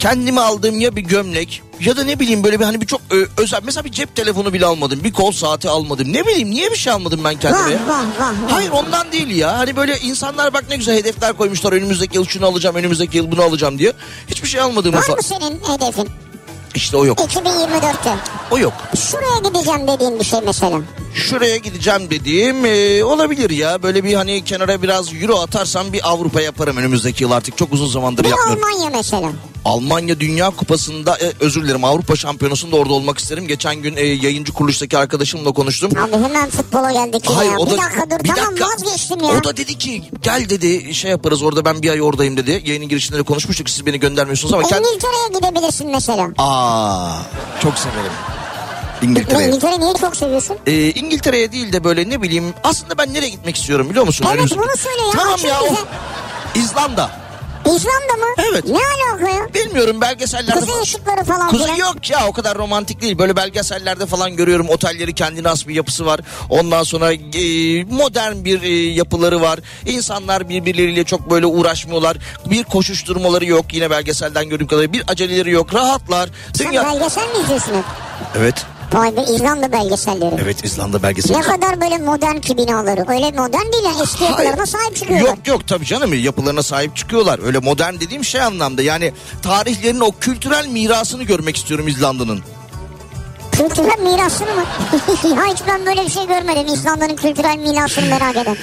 kendime aldığım ya bir gömlek ya da ne bileyim böyle bir hani bir çok özel, mesela bir cep telefonu bile almadım, bir kol saati almadım, ne bileyim niye bir şey almadım ben kendime. Vah. Hayır ondan değil ya, hani böyle insanlar bak ne güzel hedefler koymuşlar, önümüzdeki yıl şunu alacağım, önümüzdeki yıl bunu alacağım diye, hiçbir şey almadım. Var mı senin hedefin? İşte o yok. 2024'te. O yok. Şuraya gideceğim dediğin bir şey mesela. Şuraya gideceğim dediğim olabilir ya. Böyle bir hani kenara biraz euro atarsam bir Avrupa yaparım önümüzdeki yıl, artık çok uzun zamandır Bir yapmıyorum. Almanya mesela. Almanya Dünya Kupası'nda özür dilerim, Avrupa Şampiyonası'nda orada olmak isterim. Geçen gün yayıncı kuruluştaki arkadaşımla konuştum. Abi hemen futbola geldik yine. Hayır, Ya. o Bir da, dakika dur, tamam vazgeçtim ya. O da dedi ki gel dedi, şey yaparız orada, ben bir ay oradayım dedi. Yayının girişinde de konuşmuştuk, siz beni göndermiyorsunuz ama. İngiltere'ye gidebilirsin mesela. Çok severim İngiltere'ye. İngiltere'yi niye çok seviyorsun? İngiltere'ye değil de böyle ne bileyim, aslında ben nereye gitmek istiyorum biliyor musun? Evet, bunu söyle ya. Tamam ya, bize. İzlanda. İzlanda mı? Evet. Ne alaka ya? Bilmiyorum, belgesellerde. Kuzey ışıkları falan filan. Yok ya, o kadar romantik değil. Böyle belgesellerde falan görüyorum. Otelleri kendine has bir yapısı var. Ondan sonra modern bir yapıları var. İnsanlar birbirleriyle çok böyle uğraşmıyorlar. Bir koşuşturmaları yok. Yine belgeselden gördüğüm kadarıyla bir aceleleri yok. Rahatlar. Sen belgesel mi izliyorsun hep? Evet. Vay be, İzlanda belgeselleri. Evet, İzlanda belgeseli. Ne kadar böyle modern ki binaları. Öyle modern değil yani, eski yapılarına sahip çıkıyorlar. Yok tabii canım, yapılarına sahip çıkıyorlar. Öyle modern dediğim şey anlamda, yani tarihlerinin o kültürel mirasını görmek istiyorum İzlanda'nın. Kültürel mirasını mı? Ya hiç ben böyle bir şey görmedim, İzlanda'nın kültürel mirasını merak eden.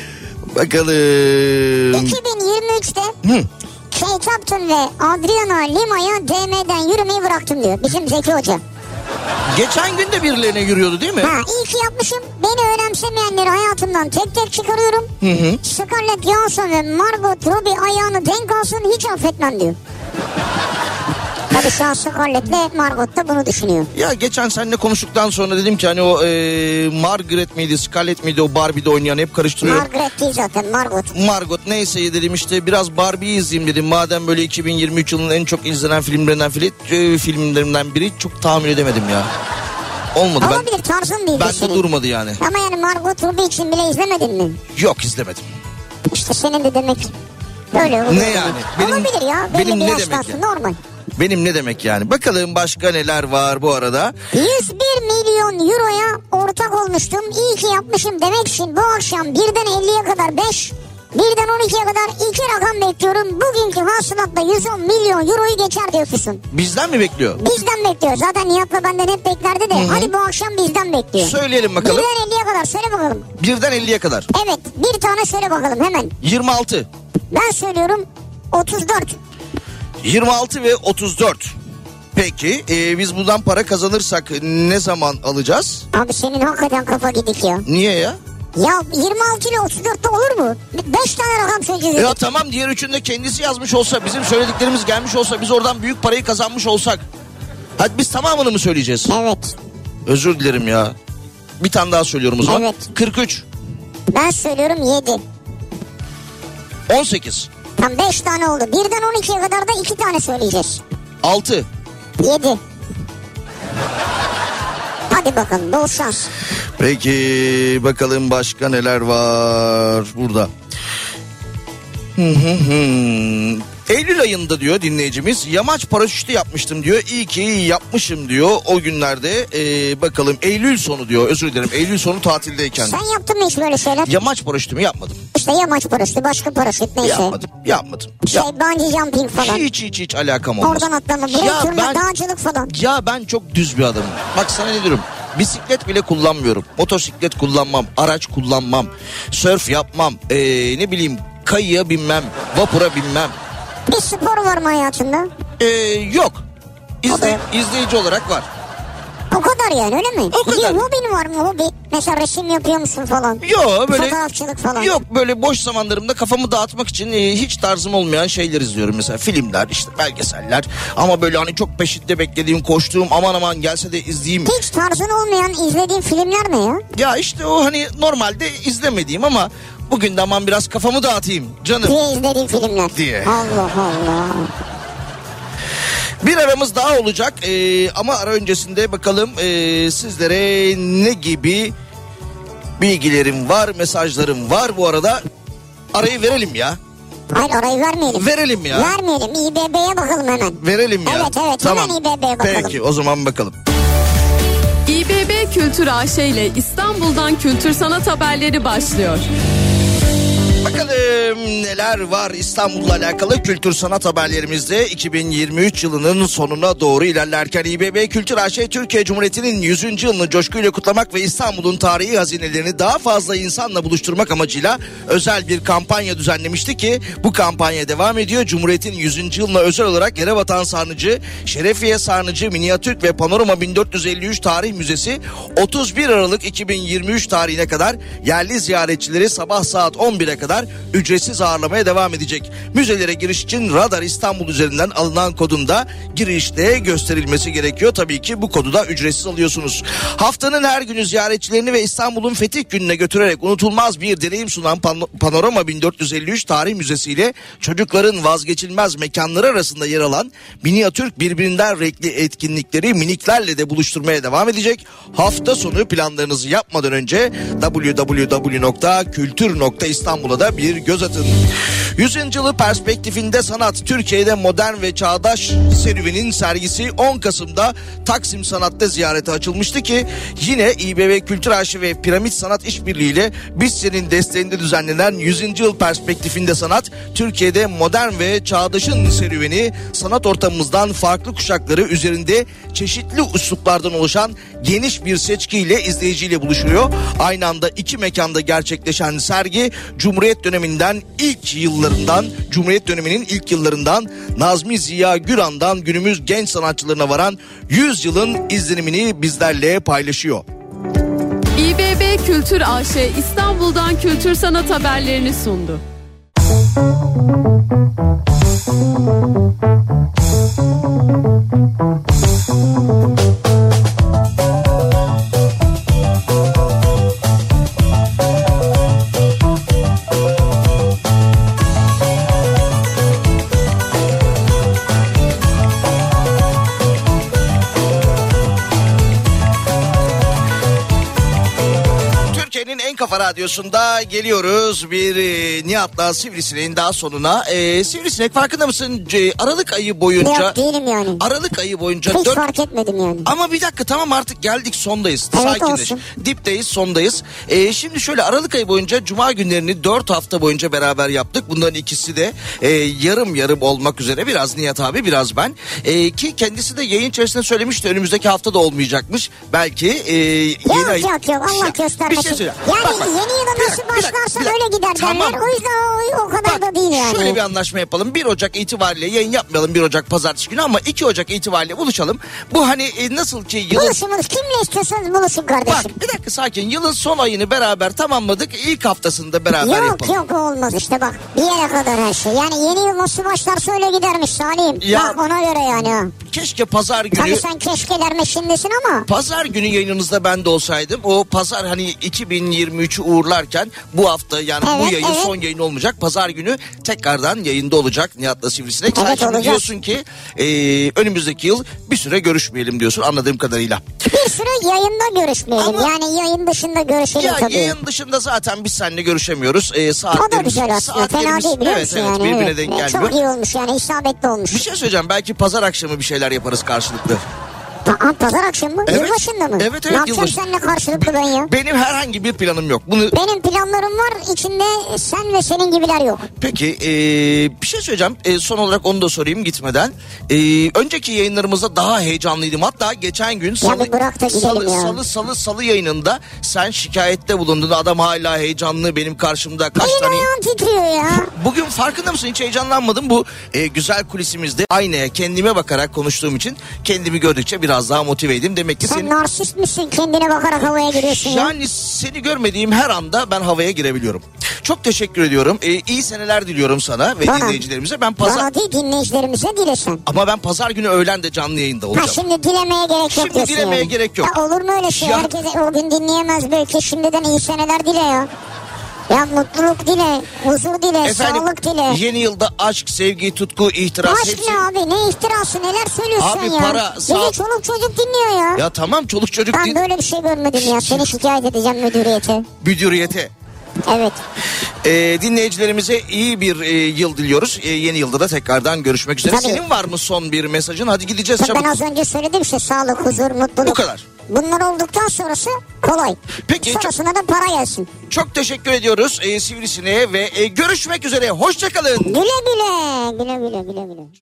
Bakalım. 2023'te Kate Upton ve Adriana Lima'ya DM'den yürümeyi bıraktım diyor bizim Zeki Hoca. Geçen gün de birilerine yürüyordu değil mi? İyi ki yapmışım. Beni önemsemeyenleri hayatımdan tek tek çıkarıyorum. Scarlett Johansson ve Margot Robbie ayağını denk alsın, hiç affetmem diyor. Tabii şu an Scarlett'le Margot da bunu düşünüyor. Ya geçen seninle konuştuktan sonra dedim ki hani o Margaret miydi, Scarlett miydi, o Barbie'de oynayan, hep karıştırıyorum. Margaret değil zaten, Margot. Margot neyse dedim, işte biraz Barbie'yi izleyeyim dedim. Madem böyle 2023 yılının en çok izlenen filmlerinden biri, çok tahammül edemedim ya. Olmadı. Olabilir, tarzın değil. Ben de durmadı yani. Ama yani Margot Robbie için bile izlemedin mi? Yok, izlemedim. İşte senin de demek böyle oluyor. Ne yani? Olabilir ya. Benim ne ne demek demek ya? Normal. Benim ne demek yani? Bakalım başka neler var bu arada? 101 milyon euroya ortak olmuştum. İyi ki yapmışım demek için bu akşam 1'den 50'ye kadar 5, 1'den 12'ye kadar 2 rakam bekliyorum. Bugünkü hasılatla 110 milyon euroyu geçer diyor Füsun. Bizden mi bekliyor? Bizden bekliyor. Zaten Nihat'la benden hep beklerdi de. Hadi bu akşam bizden bekliyor. Söyleyelim bakalım. 1'den 50'ye kadar söyle bakalım. 1'den 50'ye kadar. Evet, bir tane söyle bakalım hemen. 26. Ben söylüyorum 34. 26 ve 34. Peki biz bundan para kazanırsak ne zaman alacağız? Abi senin hakikaten kafa gidik ya. Niye ya? Ya 26 ile 34'te olur mu? 5 tane rakam söyleyeceğiz. Ya tamam, diğer üçünde kendisi yazmış olsa, bizim söylediklerimiz gelmiş olsa, biz oradan büyük parayı kazanmış olsak. Hadi biz tamamını mı söyleyeceğiz? Evet. Özür dilerim ya. Bir tane daha söylüyorum o zaman. Evet. 43. Ben söylüyorum 7. 18. Tam 5 tane oldu. 1'den 12'ye kadar da 2 tane söyleyeceğiz. 6. 7. Hadi bakalım, bol şans. Peki bakalım başka neler var burada. Eylül ayında diyor dinleyicimiz, yamaç paraşütü yapmıştım diyor. İyi ki yapmışım diyor o günlerde. Bakalım Eylül sonu diyor, özür dilerim, Eylül sonu tatildeyken. Sen yaptın mı hiç böyle şeyler? Yamaç paraşütü mü yapmadım? İşte yamaç paraşütü, başka paraşüt neyse. Yapmadım. Bungee jumping falan. Hiç alakam olmaz. Oradan atlama, buraya tırma, dağcılık falan. Ya ben çok düz bir adamım. Bak sana ne diyorum. Bisiklet bile kullanmıyorum. Motosiklet kullanmam. Araç kullanmam. Sörf yapmam. Ne bileyim, kayıya binmem. Vapura binmem. Bir spor var mı hayatında? Yok. İzleyici olarak var. O kadar yani, öyle mi? O kadar. Bir hobin var mı, hobi? Mesela resim yapıyor musun falan? Yok böyle. Fotoğrafçılık falan. Yok, böyle boş zamanlarımda kafamı dağıtmak için hiç tarzım olmayan şeyler izliyorum. Mesela filmler, işte belgeseller. Ama böyle hani çok peşinde beklediğim, koştuğum, aman gelse de izleyeyim. Hiç tarzın olmayan izlediğin filmler ne ya? Ya işte o hani normalde izlemediğim ama bugün de aman biraz kafamı dağıtayım canım diye izlediğin filmler. Diye. Allah Allah. Bir aramız daha olacak ama ara öncesinde bakalım sizlere ne gibi bilgilerim var, mesajlarım var. Bu arada arayı verelim ya. Hayır, arayı vermeyelim. Verelim ya. Vermeyelim. İBB'ye bakalım hemen. Verelim ya. Evet tamam. Hemen İBB'ye bakalım. Peki o zaman bakalım. İBB Kültür AŞ ile İstanbul'dan kültür sanat haberleri başlıyor. Bakalım neler var İstanbul'la alakalı kültür sanat haberlerimizde 2023 yılının sonuna doğru ilerlerken İBB Kültür AŞ Türkiye Cumhuriyeti'nin 100. yılını coşkuyla kutlamak ve İstanbul'un tarihi hazinelerini daha fazla insanla buluşturmak amacıyla özel bir kampanya düzenlemişti ki bu kampanya devam ediyor. Cumhuriyet'in 100. yılına özel olarak Yerebatan Sarnıcı, Şerefiye Sarnıcı, Minyatürk ve Panorama 1453 Tarih Müzesi 31 Aralık 2023 tarihine kadar yerli ziyaretçileri sabah saat 11'e kadar ücretsiz ağırlamaya devam edecek. Müzelere giriş için Radar İstanbul üzerinden alınan kodun da girişte gösterilmesi gerekiyor. Tabii ki bu kodu da ücretsiz alıyorsunuz. Haftanın her günü ziyaretçilerini ve İstanbul'un Fetih Günü'ne götürerek unutulmaz bir deneyim sunan Panorama 1453 Tarih Müzesi ile çocukların vazgeçilmez mekanları arasında yer alan Minyatürk birbirinden renkli etkinlikleri miniklerle de buluşturmaya devam edecek. Hafta sonu planlarınızı yapmadan önce www.kültür.istanbul'a da bir göz atın. 100. yılı perspektifinde sanat Türkiye'de modern ve çağdaş serüvenin sergisi 10 Kasım'da Taksim Sanat'ta ziyarete açılmıştı ki yine İBB Kültür AŞ ve Piramit Sanat İşbirliği ile BİSSE'nin desteğinde düzenlenen 100. yıl perspektifinde sanat Türkiye'de modern ve çağdaşın serüveni sanat ortamımızdan farklı kuşakları üzerinde çeşitli üsluplardan oluşan geniş bir seçkiyle izleyiciyle buluşuyor. Aynı anda iki mekanda gerçekleşen sergi Cumhuriyet döneminin ilk yıllarından Nazmi Ziya Güran'dan günümüz genç sanatçılarına varan 100 yılın izlenimini bizlerle paylaşıyor. İBB Kültür AŞ İstanbul'dan kültür sanat haberlerini sundu. Kafa Radyosu'nda geliyoruz bir Nihat'la Sivrisinek'in daha sonuna. Sivrisinek farkında mısın? Aralık ayı boyunca... Yok değilim yani. Aralık ayı boyunca... Hiç fark etmedim yani. Ama bir dakika tamam artık geldik sondayız. Evet sakinleş. Olsun. Dipteyiz sondayız. Şimdi şöyle Aralık ayı boyunca Cuma günlerini 4 hafta boyunca beraber yaptık. Bunların ikisi de yarım yarım olmak üzere. Biraz Nihat abi biraz ben. Ki kendisi de yayın içerisinde söylemişti. Önümüzdeki hafta da olmayacakmış. Belki Yok Allah göstermesin. Bir şey yani yeni yıla nasıl başlarsa öyle gider tamam. derler. O yüzden o kadar da değil yani. Şöyle bir anlaşma yapalım. 1 Ocak itibariyle yayın yapmayalım 1 Ocak pazartesi günü ama 2 Ocak itibariyle buluşalım. Bu hani nasıl ki yılın... Buluşunuz kimle istiyorsanız buluşun kardeşim. Bak bir dakika sakin. Yılın son ayını beraber tamamladık. İlk haftasında beraber yapalım. Yok olmaz işte bak. Bir yere kadar her şey. Yani yeni yıl nasıl başlarsa öyle gidermiş Salih'im. Bak ona göre yani. Keşke pazar günü... Tabii sen keşkeler meşindesin ama. Pazar günü yayınımızda ben de olsaydım. O pazar hani 2023'ü uğurlarken bu hafta yani bu yayın son yayın olmayacak. Pazar günü tekrardan yayında olacak Nihat'la Sivrisinek. Sen şimdi olacak. diyorsun ki önümüzdeki yıl bir süre görüşmeyelim diyorsun anladığım kadarıyla. Bir süre yayında görüşmeyelim. Ama, yani yayın dışında görüşelim tabii. Yayın dışında zaten biz seninle görüşemiyoruz. O da güzel aslında. Fena değil biliyor musun yani? Birbirine denk gelmiyor. Çok iyi olmuş yani isabetli olmuş. Bir şey söyleyeceğim belki pazar akşamı bir şeyler yaparız karşılıklı. Pazar akşamı mı? Evet. Yılbaşında mı? Evet Ne yapacağım yılbaşı. seninle karşılıklı ben ya? Benim herhangi bir planım yok. Benim planlarım var içinde sen ve senin gibiler yok. Peki bir şey söyleyeceğim. Son olarak onu da sorayım gitmeden. Önceki yayınlarımızda daha heyecanlıydım. Hatta geçen gün salı yayınında sen şikayette bulundun. Adam hala heyecanlı benim karşımda. Ayağım titriyor ya. Bugün farkında mısın? Hiç heyecanlanmadım. Bu güzel kulisimizde aynaya kendime bakarak konuştuğum için kendimi gördükçe biraz daha motive edeyim. Demek ki sen narsist misin? Kendine bakarak havaya giriyorsun ya. Yani seni görmediğim her anda ben havaya girebiliyorum. Çok teşekkür ediyorum. İyi seneler diliyorum sana ve dinleyicilerimize. Bana değil dinleyicilerimize dilesen. Ama ben pazar günü öğlen de canlı yayında olacağım. Şimdi dilemeye gerek yok. Şimdi dilemeye gerek yok. Ya olur mu öyle şey? Herkese o gün dinleyemez belki. Şimdiden iyi seneler dile ya. Ya mutluluk dile, huzur dile, sağlık dile. Yeni yılda aşk, sevgi, tutku, ihtiras aşk hepsi. ne abi? Ne ihtirası? Neler söylüyorsun abi, ya? Para, Bizi çoluk çocuk dinliyor ya. Ya tamam çoluk çocuk Ben böyle bir şey görmedim ya. Seni şikayet edeceğim müdüriyete. Müdüriyete. Evet. Dinleyicilerimize iyi bir yıl diliyoruz. Yeni yılda da tekrardan görüşmek üzere. Tabii. Senin var mı son bir mesajın? Hadi gideceğiz Tabii çabuk. ben az önce söyledim işte, sağlık, huzur, mutluluk. Bu kadar. Bunlar olduktan sonrası kolay. Peki, Sonrasında da para gelsin. Çok teşekkür ediyoruz Sivrisinek'e ve görüşmek üzere. Hoşçakalın. Güle güle. Güle güle güle güle.